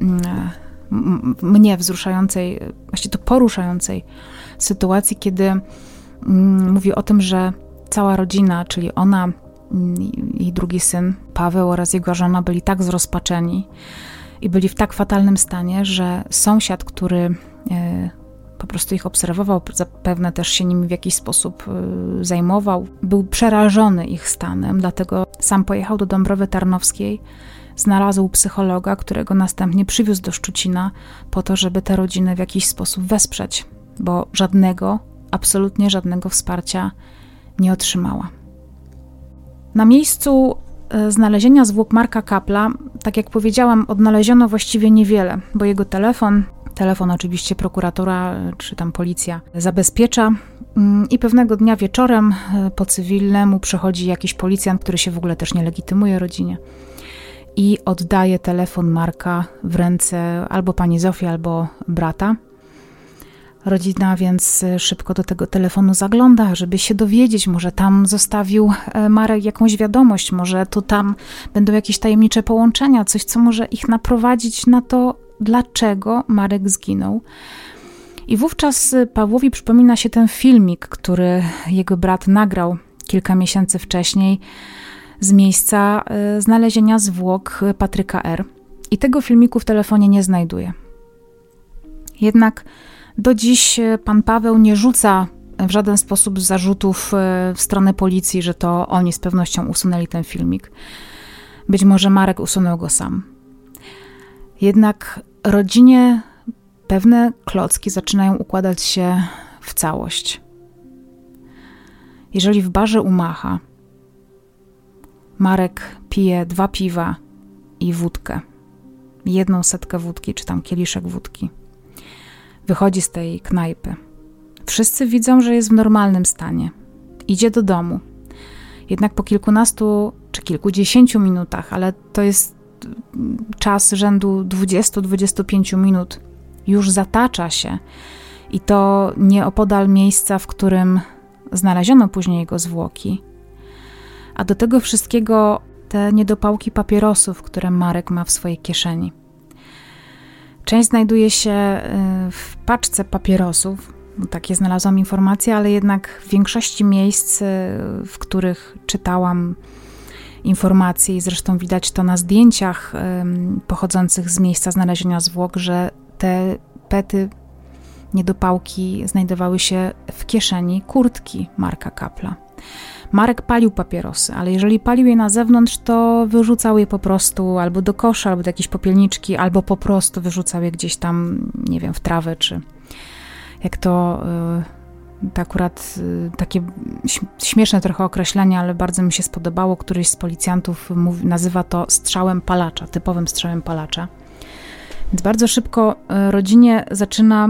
mnie wzruszającej, właściwie to poruszającej sytuacji, kiedy mówi o tym, że cała rodzina, czyli ona, jej drugi syn Paweł oraz jego żona byli tak zrozpaczeni i byli w tak fatalnym stanie, że sąsiad, który po prostu ich obserwował, zapewne też się nimi w jakiś sposób zajmował, był przerażony ich stanem, dlatego sam pojechał do Dąbrowy Tarnowskiej, znalazł psychologa, którego następnie przywiózł do Szczucina po to, żeby te rodziny w jakiś sposób wesprzeć, bo żadnego, absolutnie żadnego wsparcia nie otrzymała. Na miejscu znalezienia zwłok Marka Kapla, tak jak powiedziałam, odnaleziono właściwie niewiele, bo jego telefon, telefon oczywiście prokuratura czy tam policja zabezpiecza i pewnego dnia wieczorem po cywilnemu przychodzi jakiś policjant, który się w ogóle też nie legitymuje rodzinie i oddaje telefon Marka w ręce albo pani Zofii, albo brata. Rodzina więc szybko do tego telefonu zagląda, żeby się dowiedzieć, może tam zostawił Marek jakąś wiadomość, może to tam będą jakieś tajemnicze połączenia, coś, co może ich naprowadzić na to, dlaczego Marek zginął. I wówczas Pawłowi przypomina się ten filmik, który jego brat nagrał kilka miesięcy wcześniej z miejsca znalezienia zwłok Patryka R. I tego filmiku w telefonie nie znajduje. Jednak do dziś pan Paweł nie rzuca w żaden sposób zarzutów w stronę policji, że to oni z pewnością usunęli ten filmik. Być może Marek usunął go sam. Jednak rodzinie pewne klocki zaczynają układać się w całość. Jeżeli w barze u Macha Marek pije dwa piwa i wódkę, jedną setkę wódki, czy tam kieliszek wódki, wychodzi z tej knajpy. Wszyscy widzą, że jest w normalnym stanie. Idzie do domu. Jednak po kilkunastu czy kilkudziesięciu minutach, ale to jest czas rzędu dwudziestu do dwudziestu pięciu minut, już zatacza się i to nieopodal miejsca, w którym znaleziono później jego zwłoki. A do tego wszystkiego te niedopałki papierosów, które Marek ma w swojej kieszeni. Część znajduje się w paczce papierosów, takie znalazłam informacje, ale jednak w większości miejsc, w których czytałam informacje i zresztą widać to na zdjęciach pochodzących z miejsca znalezienia zwłok, że te pety, niedopałki znajdowały się w kieszeni kurtki Marka Kapla. Marek palił papierosy, ale jeżeli palił je na zewnątrz, to wyrzucał je po prostu albo do kosza, albo do jakiejś popielniczki, albo po prostu wyrzucał je gdzieś tam, nie wiem, w trawę, czy jak to, to akurat takie śmieszne trochę określenie, ale bardzo mi się spodobało. Któryś z policjantów mówi, nazywa to strzałem palacza, typowym strzałem palacza. Więc bardzo szybko rodzinie zaczyna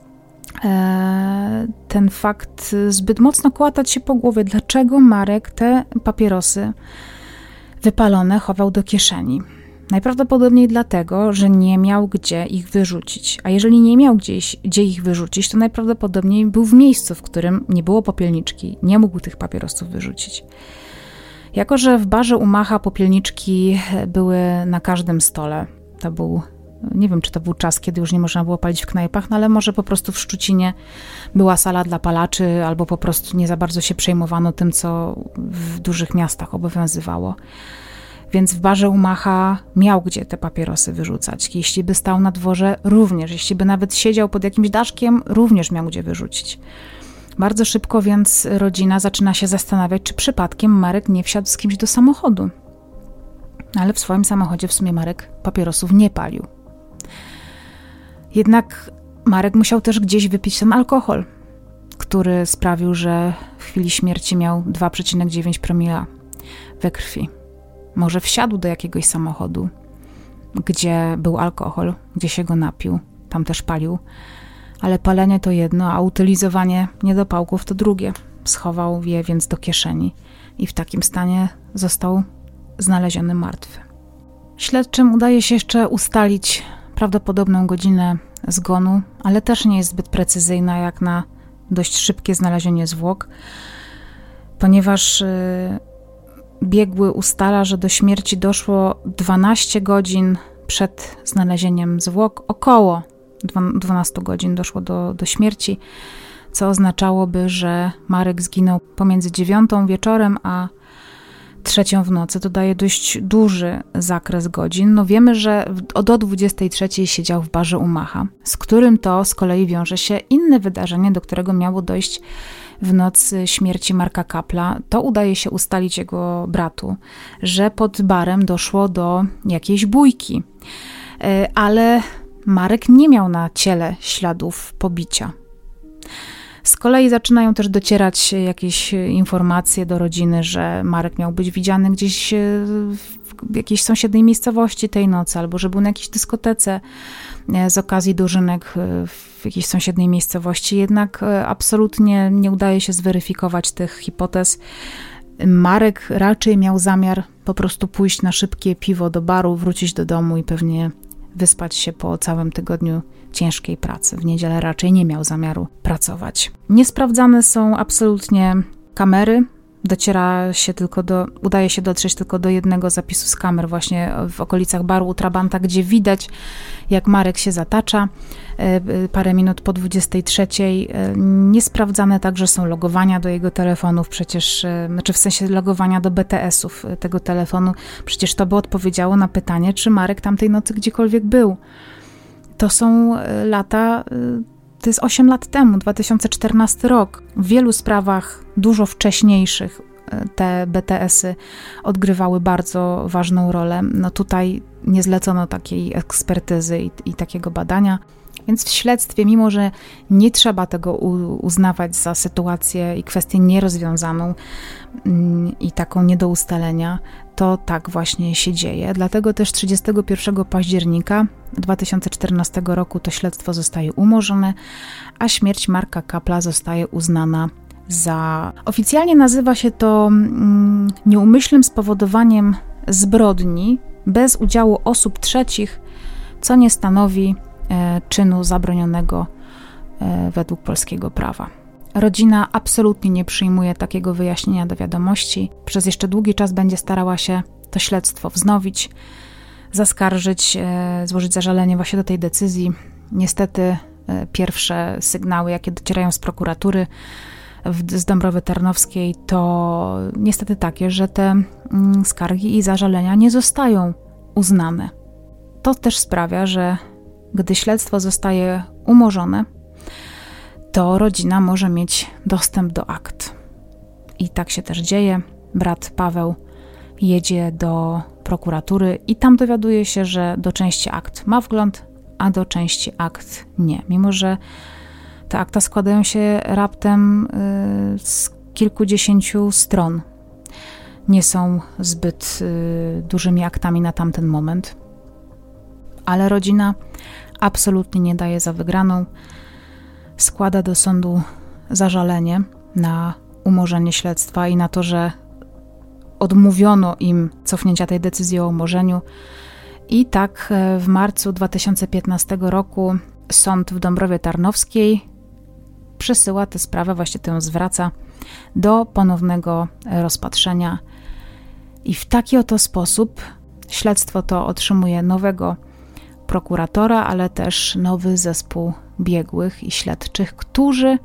ten fakt zbyt mocno kołatać się po głowie. Dlaczego Marek te papierosy wypalone chował do kieszeni? Najprawdopodobniej dlatego, że nie miał gdzie ich wyrzucić. A jeżeli nie miał gdzieś, gdzie ich wyrzucić, to najprawdopodobniej był w miejscu, w którym nie było popielniczki. Nie mógł tych papierosów wyrzucić. Jako że w barze u Macha popielniczki były na każdym stole, to był, nie wiem, czy to był czas, kiedy już nie można było palić w knajpach, no ale może po prostu w Szczucinie była sala dla palaczy, albo po prostu nie za bardzo się przejmowano tym, co w dużych miastach obowiązywało. Więc w barze u Macha miał gdzie te papierosy wyrzucać. Jeśli by stał na dworze, również. Jeśli by nawet siedział pod jakimś daszkiem, również miał gdzie wyrzucić. Bardzo szybko więc rodzina zaczyna się zastanawiać, czy przypadkiem Marek nie wsiadł z kimś do samochodu. Ale w swoim samochodzie w sumie Marek papierosów nie palił. Jednak Marek musiał też gdzieś wypić ten alkohol, który sprawił, że w chwili śmierci miał dwa przecinek dziewięć promila we krwi. Może wsiadł do jakiegoś samochodu, gdzie był alkohol, gdzie się go napił, tam też palił, ale palenie to jedno, a utylizowanie niedopałków to drugie. Schował je więc do kieszeni i w takim stanie został znaleziony martwy. Śledczym udaje się jeszcze ustalić prawdopodobną godzinę zgonu, ale też nie jest zbyt precyzyjna jak na dość szybkie znalezienie zwłok, ponieważ yy, biegły ustala, że do śmierci doszło dwanaście godzin przed znalezieniem zwłok, około dwanaście godzin doszło do, do śmierci, co oznaczałoby, że Marek zginął pomiędzy dziewiątą wieczorem a trzecią w nocy. To daje dość duży zakres godzin. No wiemy, że do dwudziestej trzeciej siedział w barze u Macha, z którym to z kolei wiąże się inne wydarzenie, do którego miało dojść w noc śmierci Marka Kapla. To udaje się ustalić jego bratu, że pod barem doszło do jakiejś bójki, ale Marek nie miał na ciele śladów pobicia. Z kolei zaczynają też docierać jakieś informacje do rodziny, że Marek miał być widziany gdzieś w jakiejś sąsiedniej miejscowości tej nocy, albo że był na jakiejś dyskotece z okazji dożynek w jakiejś sąsiedniej miejscowości. Jednak absolutnie nie udaje się zweryfikować tych hipotez. Marek raczej miał zamiar po prostu pójść na szybkie piwo do baru, wrócić do domu i pewnie wyspać się po całym tygodniu ciężkiej pracy. W niedzielę raczej nie miał zamiaru pracować. Niesprawdzane są absolutnie kamery. Dociera się tylko do, udaje się dotrzeć tylko do jednego zapisu z kamer właśnie w okolicach baru u Trabanta, gdzie widać, jak Marek się zatacza parę minut po dwudziestej trzeciej. Niesprawdzane także są logowania do jego telefonów, przecież, znaczy w sensie logowania do B T S-ów tego telefonu. Przecież to by odpowiedziało na pytanie, czy Marek tamtej nocy gdziekolwiek był. To są lata, to jest osiem lat temu, dwa tysiące czternasty rok. W wielu sprawach dużo wcześniejszych te B T S-y odgrywały bardzo ważną rolę. No tutaj nie zlecono takiej ekspertyzy i, i takiego badania. Więc w śledztwie, mimo że nie trzeba tego uznawać za sytuację i kwestię nierozwiązaną i taką nie do ustalenia, to tak właśnie się dzieje. Dlatego też trzydziestego pierwszego października dwa tysiące czternastego roku to śledztwo zostaje umorzone, a śmierć Marka Kapla zostaje uznana za... Oficjalnie nazywa się to mm, nieumyślnym spowodowaniem zbrodni bez udziału osób trzecich, co nie stanowi e, czynu zabronionego e, według polskiego prawa. Rodzina absolutnie nie przyjmuje takiego wyjaśnienia do wiadomości. Przez jeszcze długi czas będzie starała się to śledztwo wznowić, zaskarżyć, e, złożyć zażalenie właśnie do tej decyzji. Niestety e, pierwsze sygnały, jakie docierają z prokuratury w, z Dąbrowy Tarnowskiej, to niestety takie, że te mm, skargi i zażalenia nie zostają uznane. To też sprawia, że gdy śledztwo zostaje umorzone, to rodzina może mieć dostęp do akt. I tak się też dzieje. Brat Paweł jedzie do prokuratury i tam dowiaduje się, że do części akt ma wgląd, a do części akt nie. Mimo że te akta składają się raptem y, z kilkudziesięciu stron. Nie są zbyt y, dużymi aktami na tamten moment. Ale rodzina absolutnie nie daje za wygraną. Składa do sądu zażalenie na umorzenie śledztwa i na to, że odmówiono im cofnięcia tej decyzji o umorzeniu. I tak w marcu dwa tysiące piętnastego roku sąd w Dąbrowie Tarnowskiej przesyła tę sprawę, właśnie tę zwraca do ponownego rozpatrzenia. I w taki oto sposób śledztwo to otrzymuje nowego prokuratora, ale też nowy zespół biegłych i śledczych, którzy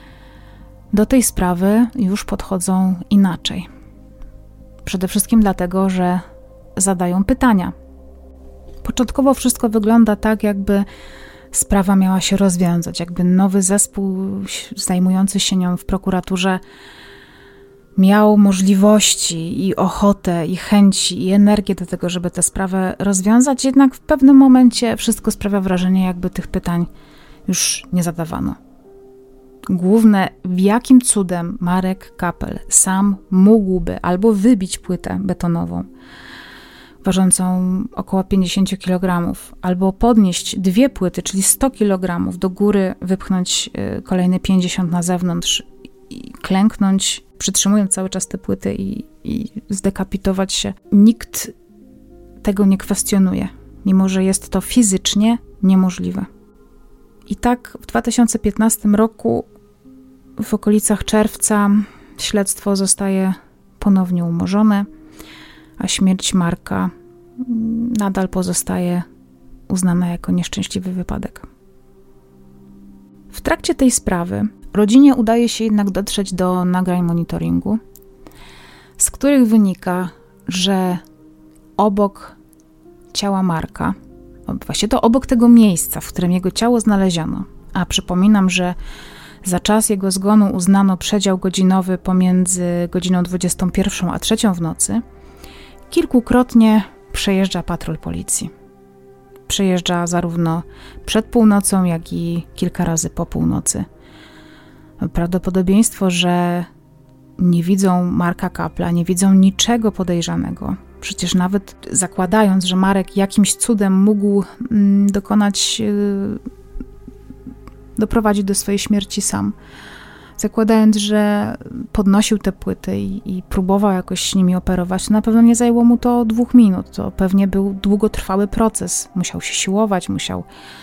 do tej sprawy już podchodzą inaczej. Przede wszystkim dlatego, że zadają pytania. Początkowo wszystko wygląda tak, jakby sprawa miała się rozwiązać, jakby nowy zespół zajmujący się nią w prokuraturze miał możliwości i ochotę, i chęci, i energię do tego, żeby tę sprawę rozwiązać, jednak w pewnym momencie wszystko sprawia wrażenie, jakby tych pytań już nie zadawano. Główne, w jakim cudem Marek Kapel sam mógłby albo wybić płytę betonową ważącą około pięćdziesiąt kilogramów, albo podnieść dwie płyty, czyli sto kilogramów do góry, wypchnąć kolejne pięćdziesiąt na zewnątrz i klęknąć, przytrzymując cały czas te płyty i, i zdekapitować się. Nikt tego nie kwestionuje, mimo że jest to fizycznie niemożliwe. I tak w dwa tysiące piętnastym roku, w okolicach czerwca, śledztwo zostaje ponownie umorzone, a śmierć Marka nadal pozostaje uznana jako nieszczęśliwy wypadek. W trakcie tej sprawy rodzinie udaje się jednak dotrzeć do nagrań monitoringu, z których wynika, że obok ciała Marka, właśnie to obok tego miejsca, w którym jego ciało znaleziono, a przypominam, że za czas jego zgonu uznano przedział godzinowy pomiędzy godziną dwudziestą pierwszą a trzecią w nocy, kilkukrotnie przejeżdża patrol policji. Przejeżdża zarówno przed północą, jak i kilka razy po północy. Prawdopodobieństwo, że nie widzą Marka Kapla, nie widzą niczego podejrzanego. Przecież nawet zakładając, że Marek jakimś cudem mógł mm, dokonać, yy, doprowadzić do swojej śmierci sam, zakładając, że podnosił te płyty i, i próbował jakoś nimi operować, to na pewno nie zajęło mu to dwóch minut. To pewnie był długotrwały proces. Musiał się siłować, musiał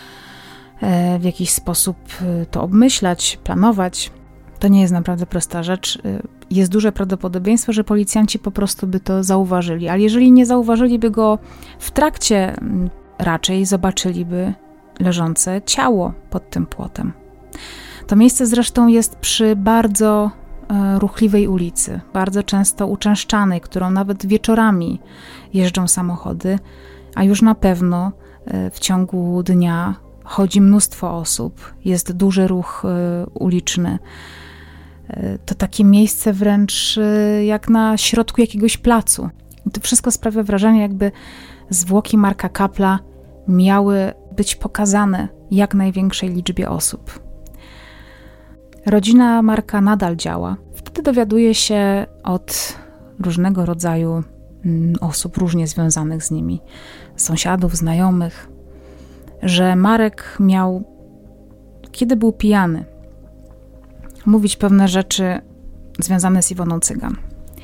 e, w jakiś sposób to obmyślać, planować. To nie jest naprawdę prosta rzecz. Jest duże prawdopodobieństwo, że policjanci po prostu by to zauważyli, ale jeżeli nie zauważyliby go w trakcie, raczej zobaczyliby leżące ciało pod tym płotem. To miejsce zresztą jest przy bardzo e, ruchliwej ulicy, bardzo często uczęszczanej, którą nawet wieczorami jeżdżą samochody, a już na pewno e, w ciągu dnia chodzi mnóstwo osób, jest duży ruch e, uliczny. E, to takie miejsce wręcz e, jak na środku jakiegoś placu. I to wszystko sprawia wrażenie, jakby zwłoki Marka Kapla miały być pokazane jak największej liczbie osób. Rodzina Marka nadal działa. Wtedy dowiaduje się od różnego rodzaju osób różnie związanych z nimi, sąsiadów, znajomych, że Marek miał, kiedy był pijany, mówić pewne rzeczy związane z Iwoną Cygan.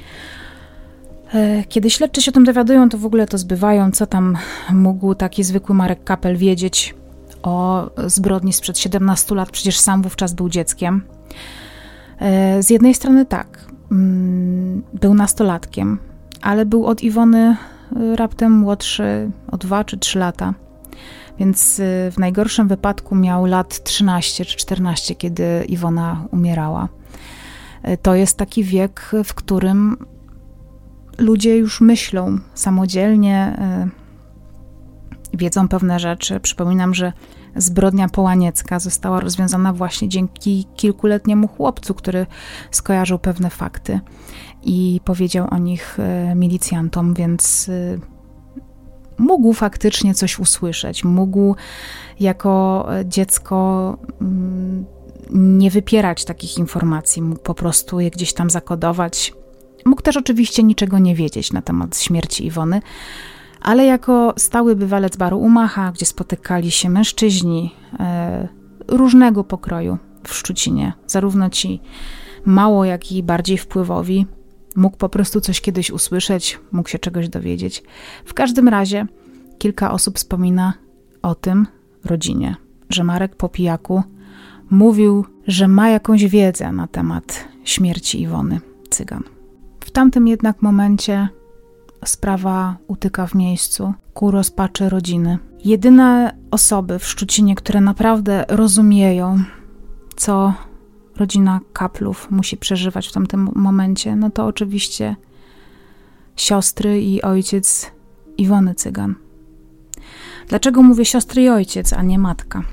Kiedy śledczy się o tym dowiadują, to w ogóle to zbywają, co tam mógł taki zwykły Marek Kapel wiedzieć o zbrodni sprzed siedemnastu lat, przecież sam wówczas był dzieckiem. Z jednej strony tak, był nastolatkiem, ale był od Iwony raptem młodszy o dwa czy trzy lata, więc w najgorszym wypadku miał lat trzynaście czy czternaście, kiedy Iwona umierała. To jest taki wiek, w którym ludzie już myślą samodzielnie, wiedzą pewne rzeczy. Przypominam, że zbrodnia połaniecka została rozwiązana właśnie dzięki kilkuletniemu chłopcu, który skojarzył pewne fakty i powiedział o nich milicjantom, więc mógł faktycznie coś usłyszeć. Mógł jako dziecko nie wypierać takich informacji, mógł po prostu je gdzieś tam zakodować. Mógł też oczywiście niczego nie wiedzieć na temat śmierci Iwony, ale jako stały bywalec baru Umacha, gdzie spotykali się mężczyźni e, różnego pokroju w Szczucinie, zarówno ci mało, jak i bardziej wpływowi, mógł po prostu coś kiedyś usłyszeć, mógł się czegoś dowiedzieć. W każdym razie kilka osób wspomina o tym rodzinie, że Marek po pijaku mówił, że ma jakąś wiedzę na temat śmierci Iwony Cygan. W tamtym jednak momencie sprawa utyka w miejscu ku rozpaczy rodziny. Jedyne osoby w Szczucinie, które naprawdę rozumieją, co rodzina Kaplów musi przeżywać w tamtym momencie, no to oczywiście siostry i ojciec Iwony Cygan. Dlaczego mówię siostry i ojciec, a nie matka?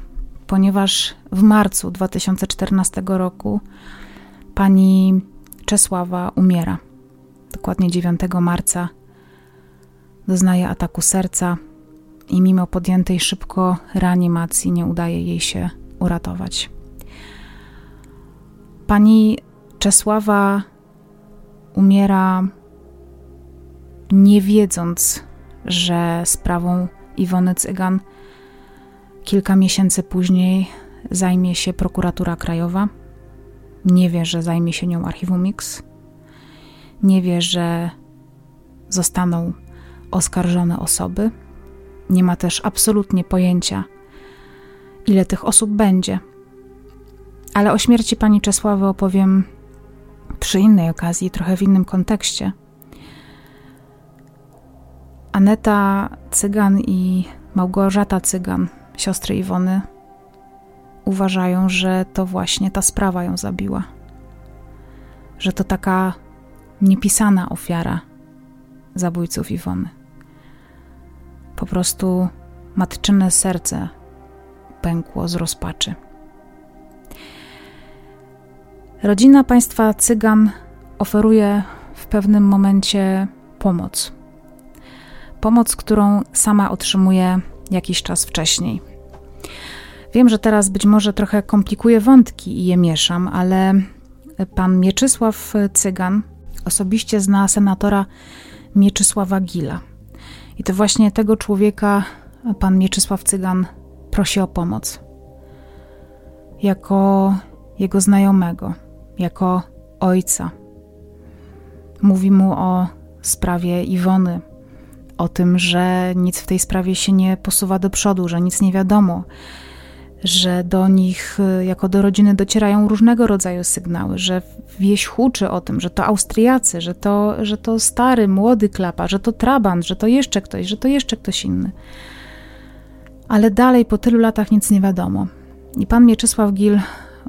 ponieważ w marcu dwa tysiące czternastego roku pani Czesława umiera. Dokładnie dziewiątego marca doznaje ataku serca i mimo podjętej szybko reanimacji nie udaje jej się uratować. Pani Czesława umiera nie wiedząc, że sprawą Iwony Cygan kilka miesięcy później zajmie się prokuratura krajowa. Nie wie, że zajmie się nią Archiwum X. Nie wie, że zostaną oskarżone osoby. Nie ma też absolutnie pojęcia, ile tych osób będzie. Ale o śmierci pani Czesławy opowiem przy innej okazji, trochę w innym kontekście. Aneta Cygan i Małgorzata Cygan, siostry Iwony, uważają, że to właśnie ta sprawa ją zabiła. Że to taka niepisana ofiara zabójców Iwony. Po prostu matczyne serce pękło z rozpaczy. Rodzina państwa Cygan oferuje w pewnym momencie pomoc. Pomoc, którą sama otrzymuje jakiś czas wcześniej. Wiem, że teraz być może trochę komplikuję wątki i je mieszam, ale pan Mieczysław Cygan osobiście zna senatora Mieczysława Gila. I to właśnie tego człowieka pan Mieczysław Cygan prosi o pomoc. Jako jego znajomego, jako ojca. Mówi mu o sprawie Iwony, o tym, że nic w tej sprawie się nie posuwa do przodu, że nic nie wiadomo, że do nich, jako do rodziny, docierają różnego rodzaju sygnały, że wieś huczy o tym, że to Austriacy, że to, że to stary, młody klapa, że to trabant, że to jeszcze ktoś, że to jeszcze ktoś inny. Ale dalej po tylu latach nic nie wiadomo. I pan Mieczysław Gil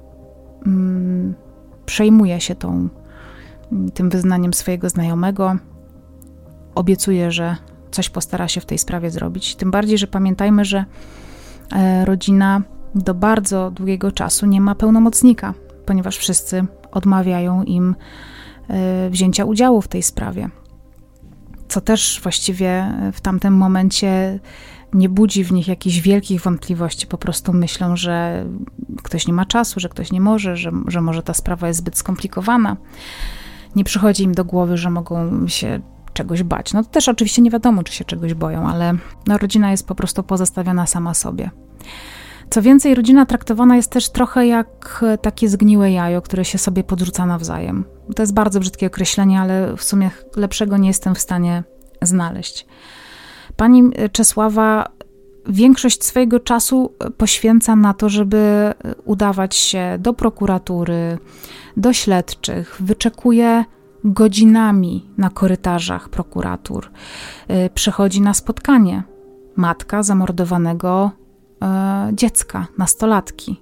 mm, przejmuje się tą, tym wyznaniem swojego znajomego. Obiecuje, że coś postara się w tej sprawie zrobić. Tym bardziej, że pamiętajmy, że e, rodzina do bardzo długiego czasu nie ma pełnomocnika, ponieważ wszyscy odmawiają im e, wzięcia udziału w tej sprawie. Co też właściwie w tamtym momencie nie budzi w nich jakichś wielkich wątpliwości. Po prostu myślą, że ktoś nie ma czasu, że ktoś nie może, że, że może ta sprawa jest zbyt skomplikowana. Nie przychodzi im do głowy, że mogą się czegoś bać. No to też oczywiście nie wiadomo, czy się czegoś boją, ale no, rodzina jest po prostu pozostawiona sama sobie. Co więcej, rodzina traktowana jest też trochę jak takie zgniłe jajo, które się sobie podrzuca nawzajem. To jest bardzo brzydkie określenie, ale w sumie lepszego nie jestem w stanie znaleźć. Pani Czesława większość swojego czasu poświęca na to, żeby udawać się do prokuratury, do śledczych, wyczekuje godzinami na korytarzach prokuratur. Przychodzi na spotkanie matka zamordowanego e, dziecka, nastolatki.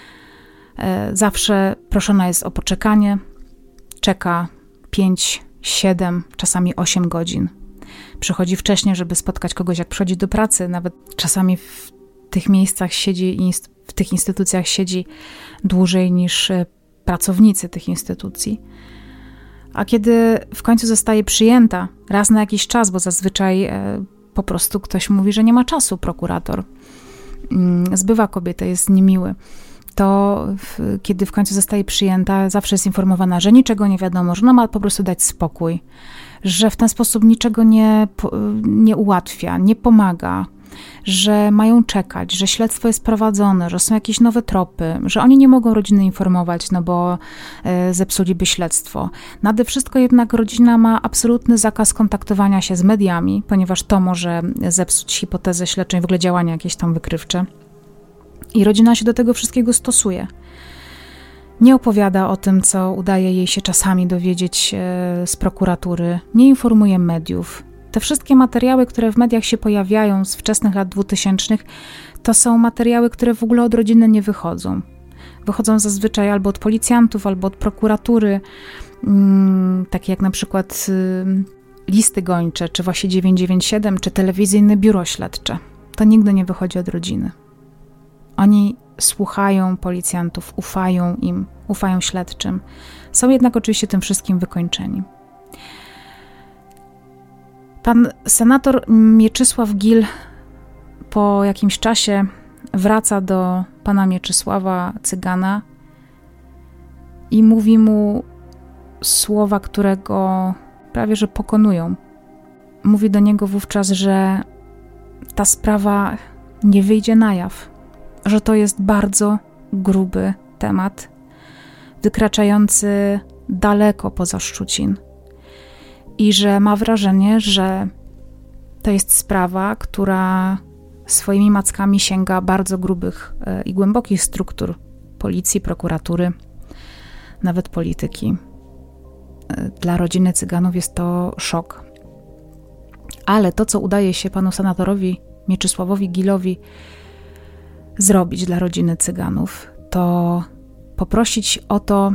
E, zawsze proszona jest o poczekanie. Czeka pięć, siedem, czasami osiem godzin. Przychodzi wcześniej, żeby spotkać kogoś, jak przychodzi do pracy. Nawet czasami w tych miejscach siedzi, w tych instytucjach siedzi dłużej niż pracownicy tych instytucji. A kiedy w końcu zostaje przyjęta raz na jakiś czas, bo zazwyczaj e, po prostu ktoś mówi, że nie ma czasu, prokurator mm, zbywa kobietę, jest niemiły, to w, kiedy w końcu zostaje przyjęta, zawsze jest informowana, że niczego nie wiadomo, że ona ma po prostu dać spokój, że w ten sposób niczego nie, nie ułatwia, nie pomaga, że mają czekać, że śledztwo jest prowadzone, że są jakieś nowe tropy, że oni nie mogą rodziny informować, no bo e, zepsuliby śledztwo. Nade wszystko jednak rodzina ma absolutny zakaz kontaktowania się z mediami, ponieważ to może zepsuć hipotezę śledczą, w ogóle działania jakieś tam wykrywcze. I rodzina się do tego wszystkiego stosuje. Nie opowiada o tym, co udaje jej się czasami dowiedzieć e, z prokuratury, nie informuje mediów. Te wszystkie materiały, które w mediach się pojawiają z wczesnych lat dwutysięcznych, to są materiały, które w ogóle od rodziny nie wychodzą. Wychodzą zazwyczaj albo od policjantów, albo od prokuratury, mm, takie jak na przykład y, listy gończe, czy właśnie dziewięćset dziewięćdziesiąt siedem, czy telewizyjne biuro śledcze. To nigdy nie wychodzi od rodziny. Oni słuchają policjantów, ufają im, ufają śledczym. Są jednak oczywiście tym wszystkim wykończeni. Pan senator Mieczysław Gil po jakimś czasie wraca do pana Mieczysława Cygana i mówi mu słowa, które go prawie że pokonują. Mówi do niego wówczas, że ta sprawa nie wyjdzie na jaw, że to jest bardzo gruby temat, wykraczający daleko poza Szczucin i że ma wrażenie, że to jest sprawa, która swoimi mackami sięga bardzo grubych i głębokich struktur policji, prokuratury, nawet polityki. Dla rodziny Cyganów jest to szok. Ale to, co udaje się panu senatorowi Mieczysławowi Gilowi zrobić dla rodziny Cyganów, to poprosić o to,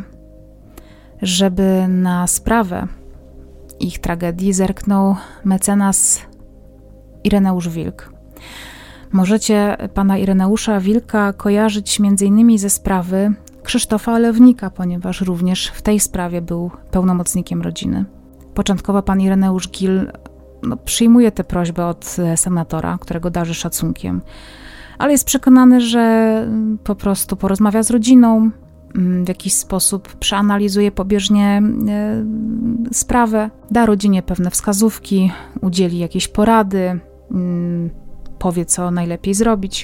żeby na sprawę ich tragedii zerknął mecenas Ireneusz Wilk. Możecie pana Ireneusza Wilka kojarzyć między innymi ze sprawy Krzysztofa Lewnika, ponieważ również w tej sprawie był pełnomocnikiem rodziny. Początkowo pan Ireneusz Gil no, przyjmuje tę prośbę od senatora, którego darzy szacunkiem, ale jest przekonany, że po prostu porozmawia z rodziną, w jakiś sposób przeanalizuje pobieżnie sprawę, da rodzinie pewne wskazówki, udzieli jakiejś porady, powie, co najlepiej zrobić.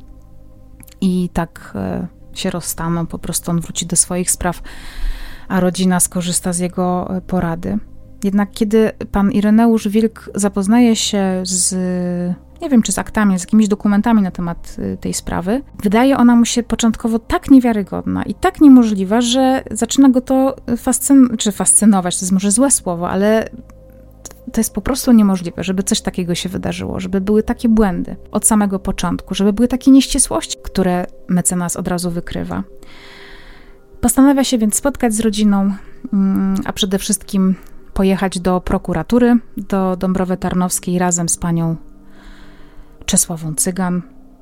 I tak się rozstaną, po prostu on wróci do swoich spraw, a rodzina skorzysta z jego porady. Jednak kiedy pan Ireneusz Wilk zapoznaje się z, nie wiem, czy z aktami, z jakimiś dokumentami na temat tej sprawy, wydaje ona mu się początkowo tak niewiarygodna i tak niemożliwa, że zaczyna go to fascyn- czy fascynować, to jest może złe słowo, ale to jest po prostu niemożliwe, żeby coś takiego się wydarzyło, żeby były takie błędy od samego początku, żeby były takie nieścisłości, które mecenas od razu wykrywa. Postanawia się więc spotkać z rodziną, a przede wszystkim pojechać do prokuratury, do Dąbrowy Tarnowskiej razem z panią Czesławą Cygan.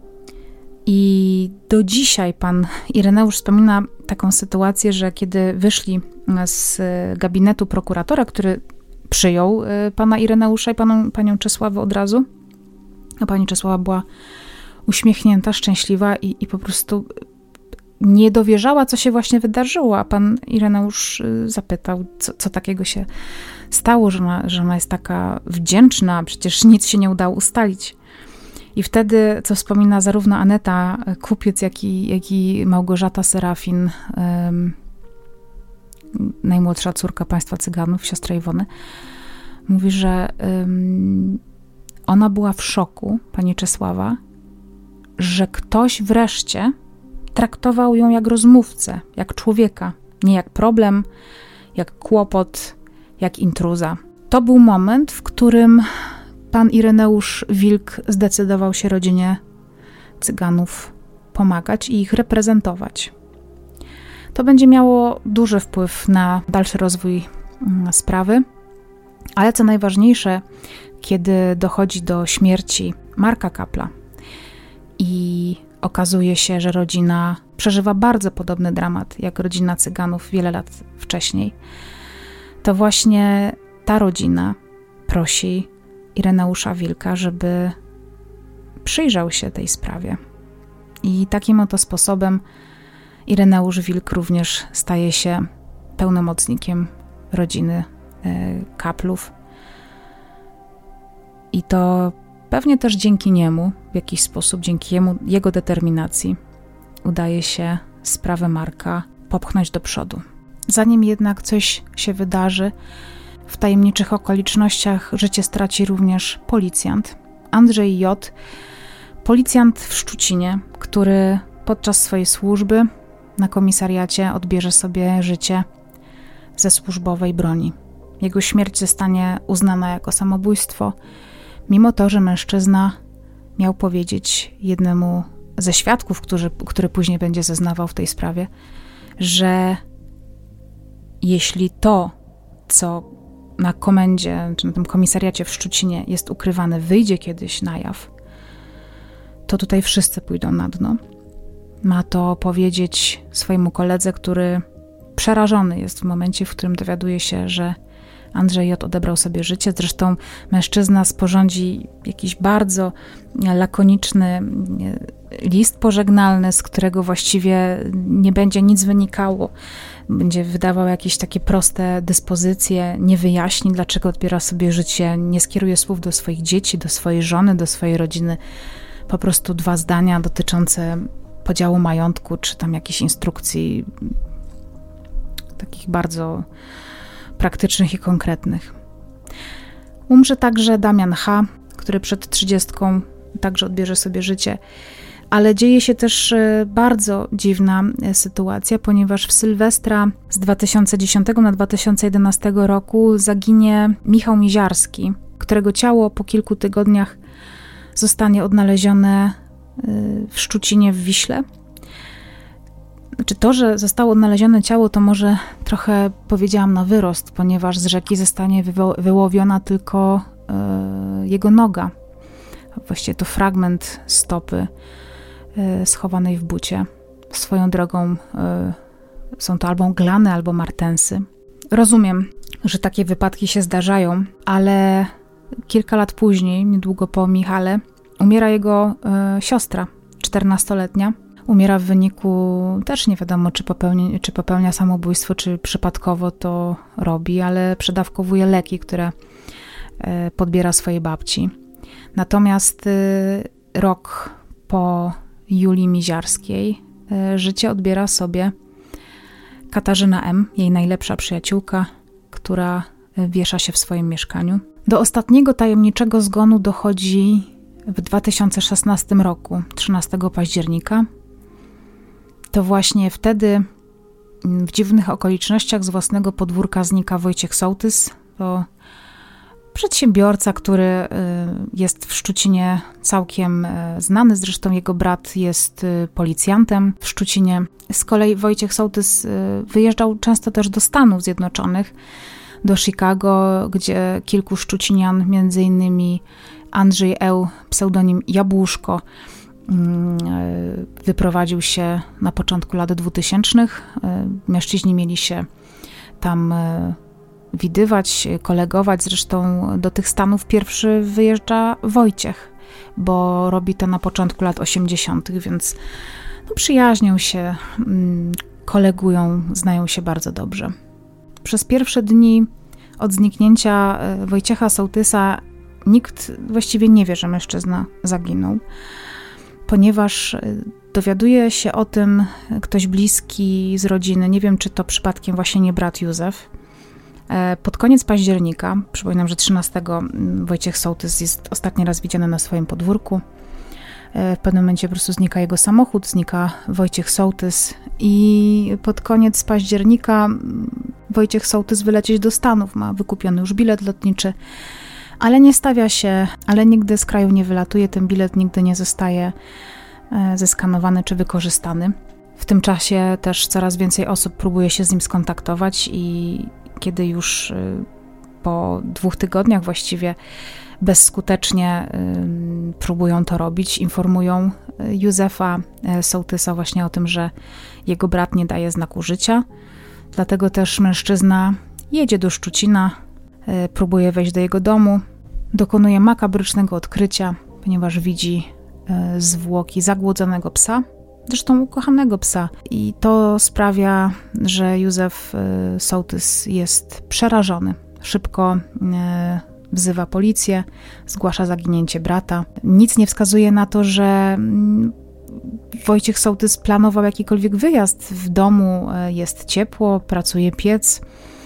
I do dzisiaj pan Ireneusz wspomina taką sytuację, że kiedy wyszli z gabinetu prokuratora, który przyjął pana Ireneusza i panią, panią Czesławę od razu, a pani Czesława była uśmiechnięta, szczęśliwa i, i po prostu nie dowierzała, co się właśnie wydarzyło, a pan Ireneusz zapytał, co, co takiego się stało, że ona, że ona jest taka wdzięczna, przecież nic się nie udało ustalić. I wtedy, co wspomina zarówno Aneta Kupiec, jak i, jak i Małgorzata Serafin, um, najmłodsza córka państwa Cyganów, siostra Iwony, mówi, że um, ona była w szoku, pani Czesława, że ktoś wreszcie traktował ją jak rozmówcę, jak człowieka, nie jak problem, jak kłopot, jak intruza. To był moment, w którym pan Ireneusz Wilk zdecydował się rodzinie Cyganów pomagać i ich reprezentować. To będzie miało duży wpływ na dalszy rozwój sprawy, ale co najważniejsze, kiedy dochodzi do śmierci Marka Kapla i okazuje się, że rodzina przeżywa bardzo podobny dramat jak rodzina Cyganów wiele lat wcześniej, to właśnie ta rodzina prosi Ireneusza Wilka, żeby przyjrzał się tej sprawie. I takim oto sposobem Ireneusz Wilk również staje się pełnomocnikiem rodziny Kaplów. I to pewnie też dzięki niemu, w jakiś sposób, dzięki jemu, jego determinacji, udaje się sprawę Marka popchnąć do przodu. Zanim jednak coś się wydarzy, w tajemniczych okolicznościach życie straci również policjant Andrzej J., policjant w Szczucinie, który podczas swojej służby na komisariacie odbierze sobie życie ze służbowej broni. Jego śmierć zostanie uznana jako samobójstwo, mimo to, że mężczyzna miał powiedzieć jednemu ze świadków, który, który później będzie zeznawał w tej sprawie, że jeśli to, co na komendzie, czy na tym komisariacie w Szczucinie jest ukrywane, wyjdzie kiedyś na jaw, to tutaj wszyscy pójdą na dno. Ma to powiedzieć swojemu koledze, który przerażony jest w momencie, w którym dowiaduje się, że Andrzej J. odebrał sobie życie. Zresztą mężczyzna sporządzi jakiś bardzo lakoniczny list pożegnalny, z którego właściwie nie będzie nic wynikało. Będzie wydawał jakieś takie proste dyspozycje, nie wyjaśni, dlaczego odbiera sobie życie, nie skieruje słów do swoich dzieci, do swojej żony, do swojej rodziny. Po prostu dwa zdania dotyczące podziału majątku, czy tam jakichś instrukcji takich bardzo praktycznych i konkretnych. Umrze także Damian H., który przed trzydziestką także odbierze sobie życie. Ale dzieje się też bardzo dziwna sytuacja, ponieważ w Sylwestra z dwa tysiące dziesiątego na dwa tysiące jedenastego roku zaginie Michał Miziarski, którego ciało po kilku tygodniach zostanie odnalezione w Szczucinie w Wiśle. Znaczy to, że zostało odnalezione ciało, to może trochę powiedziałam na wyrost, ponieważ z rzeki zostanie wywo- wyłowiona tylko y, jego noga. Właściwie to fragment stopy y, schowanej w bucie. Swoją drogą y, są to albo glany, albo martensy. Rozumiem, że takie wypadki się zdarzają, ale kilka lat później, niedługo po Michale, umiera jego y, siostra, czternastoletnia. Umiera w wyniku, też nie wiadomo, czy popełnia, czy popełnia samobójstwo, czy przypadkowo to robi, ale przedawkowuje leki, które podbiera swojej babci. Natomiast rok po Julii Miziarskiej życie odbiera sobie Katarzyna M., jej najlepsza przyjaciółka, która wiesza się w swoim mieszkaniu. Do ostatniego tajemniczego zgonu dochodzi w dwa tysiące szesnastym roku, trzynastego października. To właśnie wtedy w dziwnych okolicznościach z własnego podwórka znika Wojciech Sołtys. To przedsiębiorca, który jest w Szczucinie całkiem znany. Zresztą jego brat jest policjantem w Szczucinie. Z kolei Wojciech Sołtys wyjeżdżał często też do Stanów Zjednoczonych, do Chicago, gdzie kilku Szczucinian, między innymi Andrzej Eł, pseudonim Jabłuszko, wyprowadził się na początku lat dwutysięcznych. Mężczyźni mieli się tam widywać, kolegować. Zresztą do tych Stanów pierwszy wyjeżdża Wojciech, bo robi to na początku lat osiemdziesiątych, więc no, przyjaźnią się, kolegują, znają się bardzo dobrze. Przez pierwsze dni od zniknięcia Wojciecha Sołtysa nikt właściwie nie wie, że mężczyzna zaginął, ponieważ dowiaduje się o tym ktoś bliski z rodziny. Nie wiem, czy to przypadkiem właśnie nie brat Józef. Pod koniec października, przypominam, że trzynastego Wojciech Sołtys jest ostatni raz widziany na swoim podwórku. W pewnym momencie po prostu znika jego samochód, znika Wojciech Sołtys i pod koniec października Wojciech Sołtys wylecieć do Stanów. Ma wykupiony już bilet lotniczy, ale nie stawia się, ale nigdy z kraju nie wylatuje. Ten bilet nigdy nie zostaje zeskanowany czy wykorzystany. W tym czasie też coraz więcej osób próbuje się z nim skontaktować i kiedy już po dwóch tygodniach właściwie bezskutecznie próbują to robić, informują Józefa Sołtysa właśnie o tym, że jego brat nie daje znaku życia. Dlatego też mężczyzna jedzie do Szczucina, próbuje wejść do jego domu, dokonuje makabrycznego odkrycia, ponieważ widzi zwłoki zagłodzonego psa, zresztą ukochanego psa. I to sprawia, że Józef Sołtys jest przerażony. Szybko wzywa policję, zgłasza zaginięcie brata. Nic nie wskazuje na to, że Wojciech Sołtys planował jakikolwiek wyjazd. W domu jest ciepło, pracuje piec.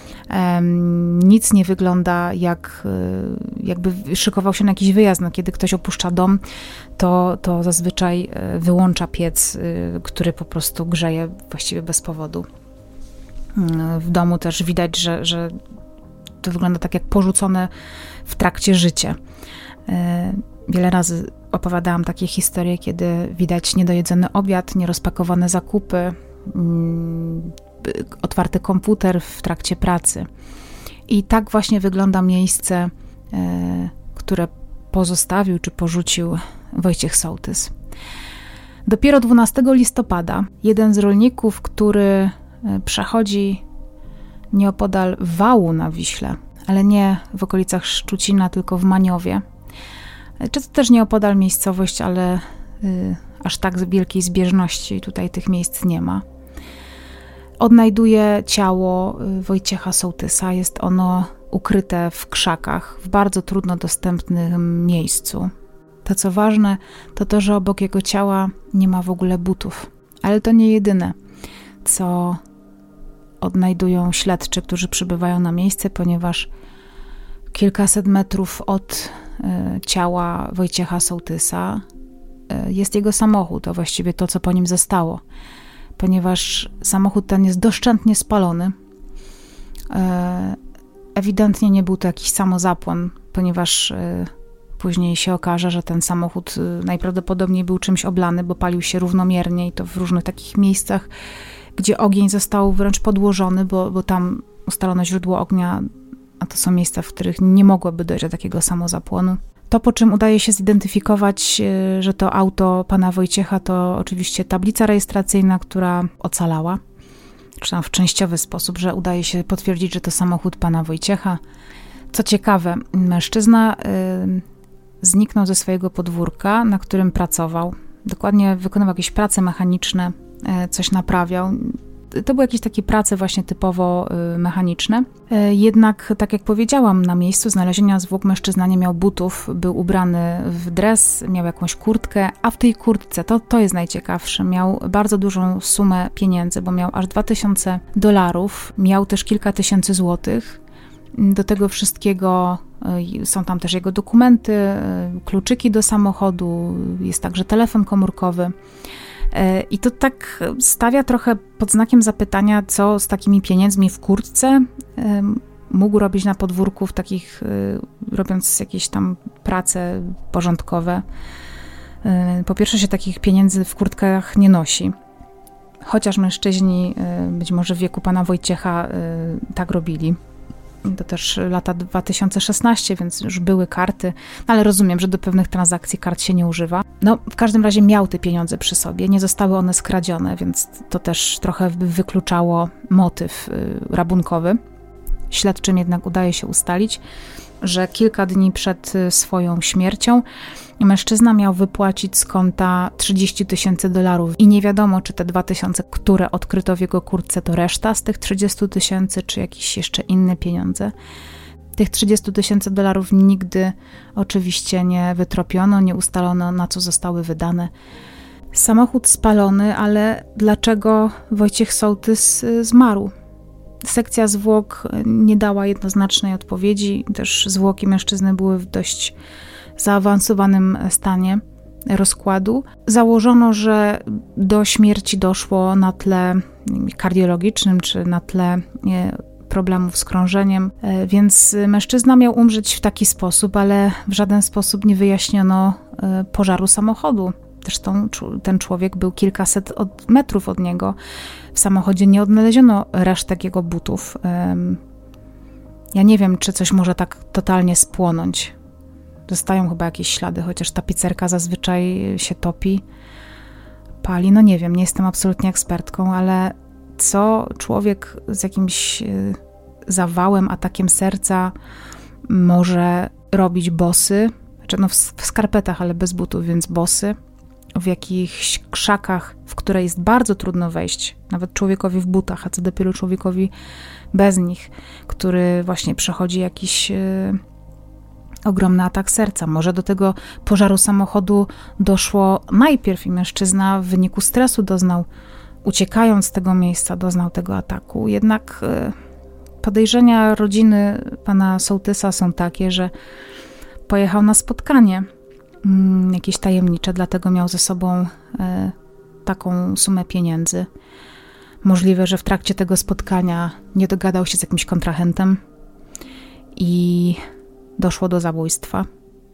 Nic nie wygląda jak, jakby szykował się na jakiś wyjazd. No, kiedy ktoś opuszcza dom, to, to zazwyczaj wyłącza piec, który po prostu grzeje właściwie bez powodu. W domu też widać, że, że to wygląda tak jak porzucone w trakcie życia. Wiele razy opowiadałam takie historie, kiedy widać niedojedzony obiad, nierozpakowane zakupy, otwarty komputer w trakcie pracy. I tak właśnie wygląda miejsce, które pozostawił czy porzucił Wojciech Sołtys. Dopiero dwunastego listopada jeden z rolników, który przechodzi nieopodal wału na Wiśle, ale nie w okolicach Szczucina, tylko w Maniowie, czy to też nieopodal miejscowość, ale y, aż tak wielkiej zbieżności tutaj tych miejsc nie ma, odnajduje ciało Wojciecha Sołtysa. Jest ono ukryte w krzakach, w bardzo trudno dostępnym miejscu. To, co ważne, to to, że obok jego ciała nie ma w ogóle butów. Ale to nie jedyne, co odnajdują śledczy, którzy przybywają na miejsce, ponieważ kilkaset metrów od y, ciała Wojciecha Sołtysa y, jest jego samochód, a właściwie to, co po nim zostało. Ponieważ samochód ten jest doszczętnie spalony. Y, ewidentnie nie był to jakiś samozapłon, ponieważ y, później się okaże, że ten samochód y, najprawdopodobniej był czymś oblany, bo palił się równomiernie i to w różnych takich miejscach, gdzie ogień został wręcz podłożony, bo, bo tam ustalono źródło ognia, a to są miejsca, w których nie mogłoby dojść do takiego samozapłonu. To, po czym udaje się zidentyfikować, że to auto pana Wojciecha, to oczywiście tablica rejestracyjna, która ocalała, czy tam w częściowy sposób, że udaje się potwierdzić, że to samochód pana Wojciecha. Co ciekawe, mężczyzna y, zniknął ze swojego podwórka, na którym pracował. Dokładnie wykonywał jakieś prace mechaniczne, y, coś naprawiał. To były jakieś takie prace właśnie typowo y, mechaniczne. Y, jednak, tak jak powiedziałam, na miejscu znalezienia zwłok mężczyzna nie miał butów, był ubrany w dres, miał jakąś kurtkę, a w tej kurtce, to, to jest najciekawsze, miał bardzo dużą sumę pieniędzy, bo miał aż dwa tysiące dolarów, miał też kilka tysięcy złotych. Do tego wszystkiego y, są tam też jego dokumenty, y, kluczyki do samochodu, jest także telefon komórkowy. I to tak stawia trochę pod znakiem zapytania, co z takimi pieniędzmi w kurtce mógł robić na podwórku, w takich, robiąc jakieś tam prace porządkowe. Po pierwsze, się takich pieniędzy w kurtkach nie nosi. Chociaż mężczyźni, być może w wieku pana Wojciecha, tak robili. To też lata dwa tysiące szesnaście, więc już były karty, ale rozumiem, że do pewnych transakcji kart się nie używa. No, w każdym razie miał te pieniądze przy sobie, nie zostały one skradzione, więc to też trochę wykluczało motyw y, rabunkowy. Śledczym jednak udaje się ustalić, że kilka dni przed swoją śmiercią mężczyzna miał wypłacić z konta trzydzieści tysięcy dolarów i nie wiadomo, czy te dwa tysiące, które odkryto w jego kurtce, to reszta z tych trzydziestu tysięcy, czy jakieś jeszcze inne pieniądze. Tych trzydziestu tysięcy dolarów nigdy oczywiście nie wytropiono, nie ustalono, na co zostały wydane. Samochód spalony, ale dlaczego Wojciech Sołtys zmarł? Sekcja zwłok nie dała jednoznacznej odpowiedzi. Też zwłoki mężczyzny były w dość zaawansowanym stanie rozkładu. Założono, że do śmierci doszło na tle kardiologicznym czy na tle problemów z krążeniem, więc mężczyzna miał umrzeć w taki sposób, ale w żaden sposób nie wyjaśniono pożaru samochodu. Zresztą ten człowiek był kilkaset od, metrów od niego. W samochodzie nie odnaleziono resztek jego butów. Ja nie wiem, czy coś może tak totalnie spłonąć. Zostają chyba jakieś ślady, chociaż tapicerka zazwyczaj się topi, pali. No nie wiem, nie jestem absolutnie ekspertką, ale co człowiek z jakimś zawałem, atakiem serca może robić bosy, znaczy no w, w skarpetach, ale bez butów, więc bosy, w jakichś krzakach, w które jest bardzo trudno wejść, nawet człowiekowi w butach, a co dopiero człowiekowi bez nich, który właśnie przechodzi jakiś y, ogromny atak serca. Może do tego pożaru samochodu doszło najpierw i mężczyzna w wyniku stresu doznał, uciekając z tego miejsca, doznał tego ataku. Jednak y, podejrzenia rodziny pana Sołtysa są takie, że pojechał na spotkanie jakieś tajemnicze, dlatego miał ze sobą e, taką sumę pieniędzy. Możliwe, że w trakcie tego spotkania nie dogadał się z jakimś kontrahentem i doszło do zabójstwa.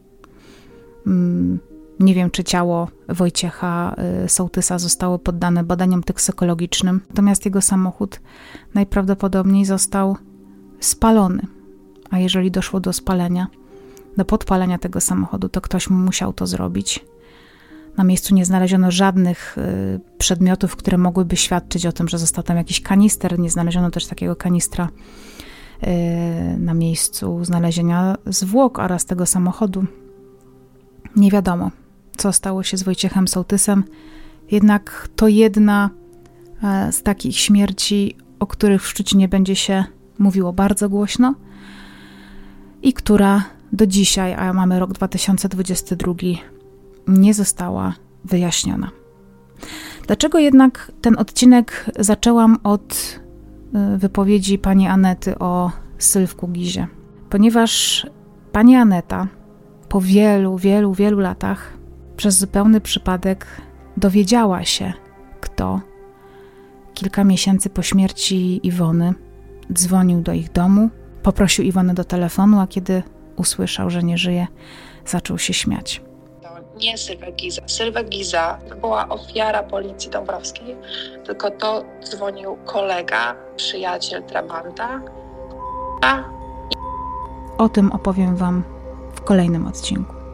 Mm, nie wiem, czy ciało Wojciecha e, Sołtysa zostało poddane badaniom toksykologicznym, natomiast jego samochód najprawdopodobniej został spalony. A jeżeli doszło do spalenia, do podpalenia tego samochodu, to ktoś musiał to zrobić. Na miejscu nie znaleziono żadnych y, przedmiotów, które mogłyby świadczyć o tym, że został tam jakiś kanister. Nie znaleziono też takiego kanistra y, na miejscu znalezienia zwłok oraz tego samochodu. Nie wiadomo, co stało się z Wojciechem Sołtysem. Jednak to jedna y, z takich śmierci, o których w Szczecinie będzie się mówiło bardzo głośno i która do dzisiaj, a mamy rok dwa tysiące dwudziesty drugi, nie została wyjaśniona. Dlaczego jednak ten odcinek zaczęłam od wypowiedzi pani Anety o Sylwku Gizie? Ponieważ pani Aneta po wielu, wielu, wielu latach przez zupełny przypadek dowiedziała się, kto kilka miesięcy po śmierci Iwony dzwonił do ich domu, poprosił Iwonę do telefonu, a kiedy usłyszał, że nie żyje, zaczął się śmiać. To nie Sylwek Giza. Sylwek Giza to była ofiara policji dąbrowskiej, tylko to dzwonił kolega, przyjaciel trabanta. O tym opowiem wam w kolejnym odcinku.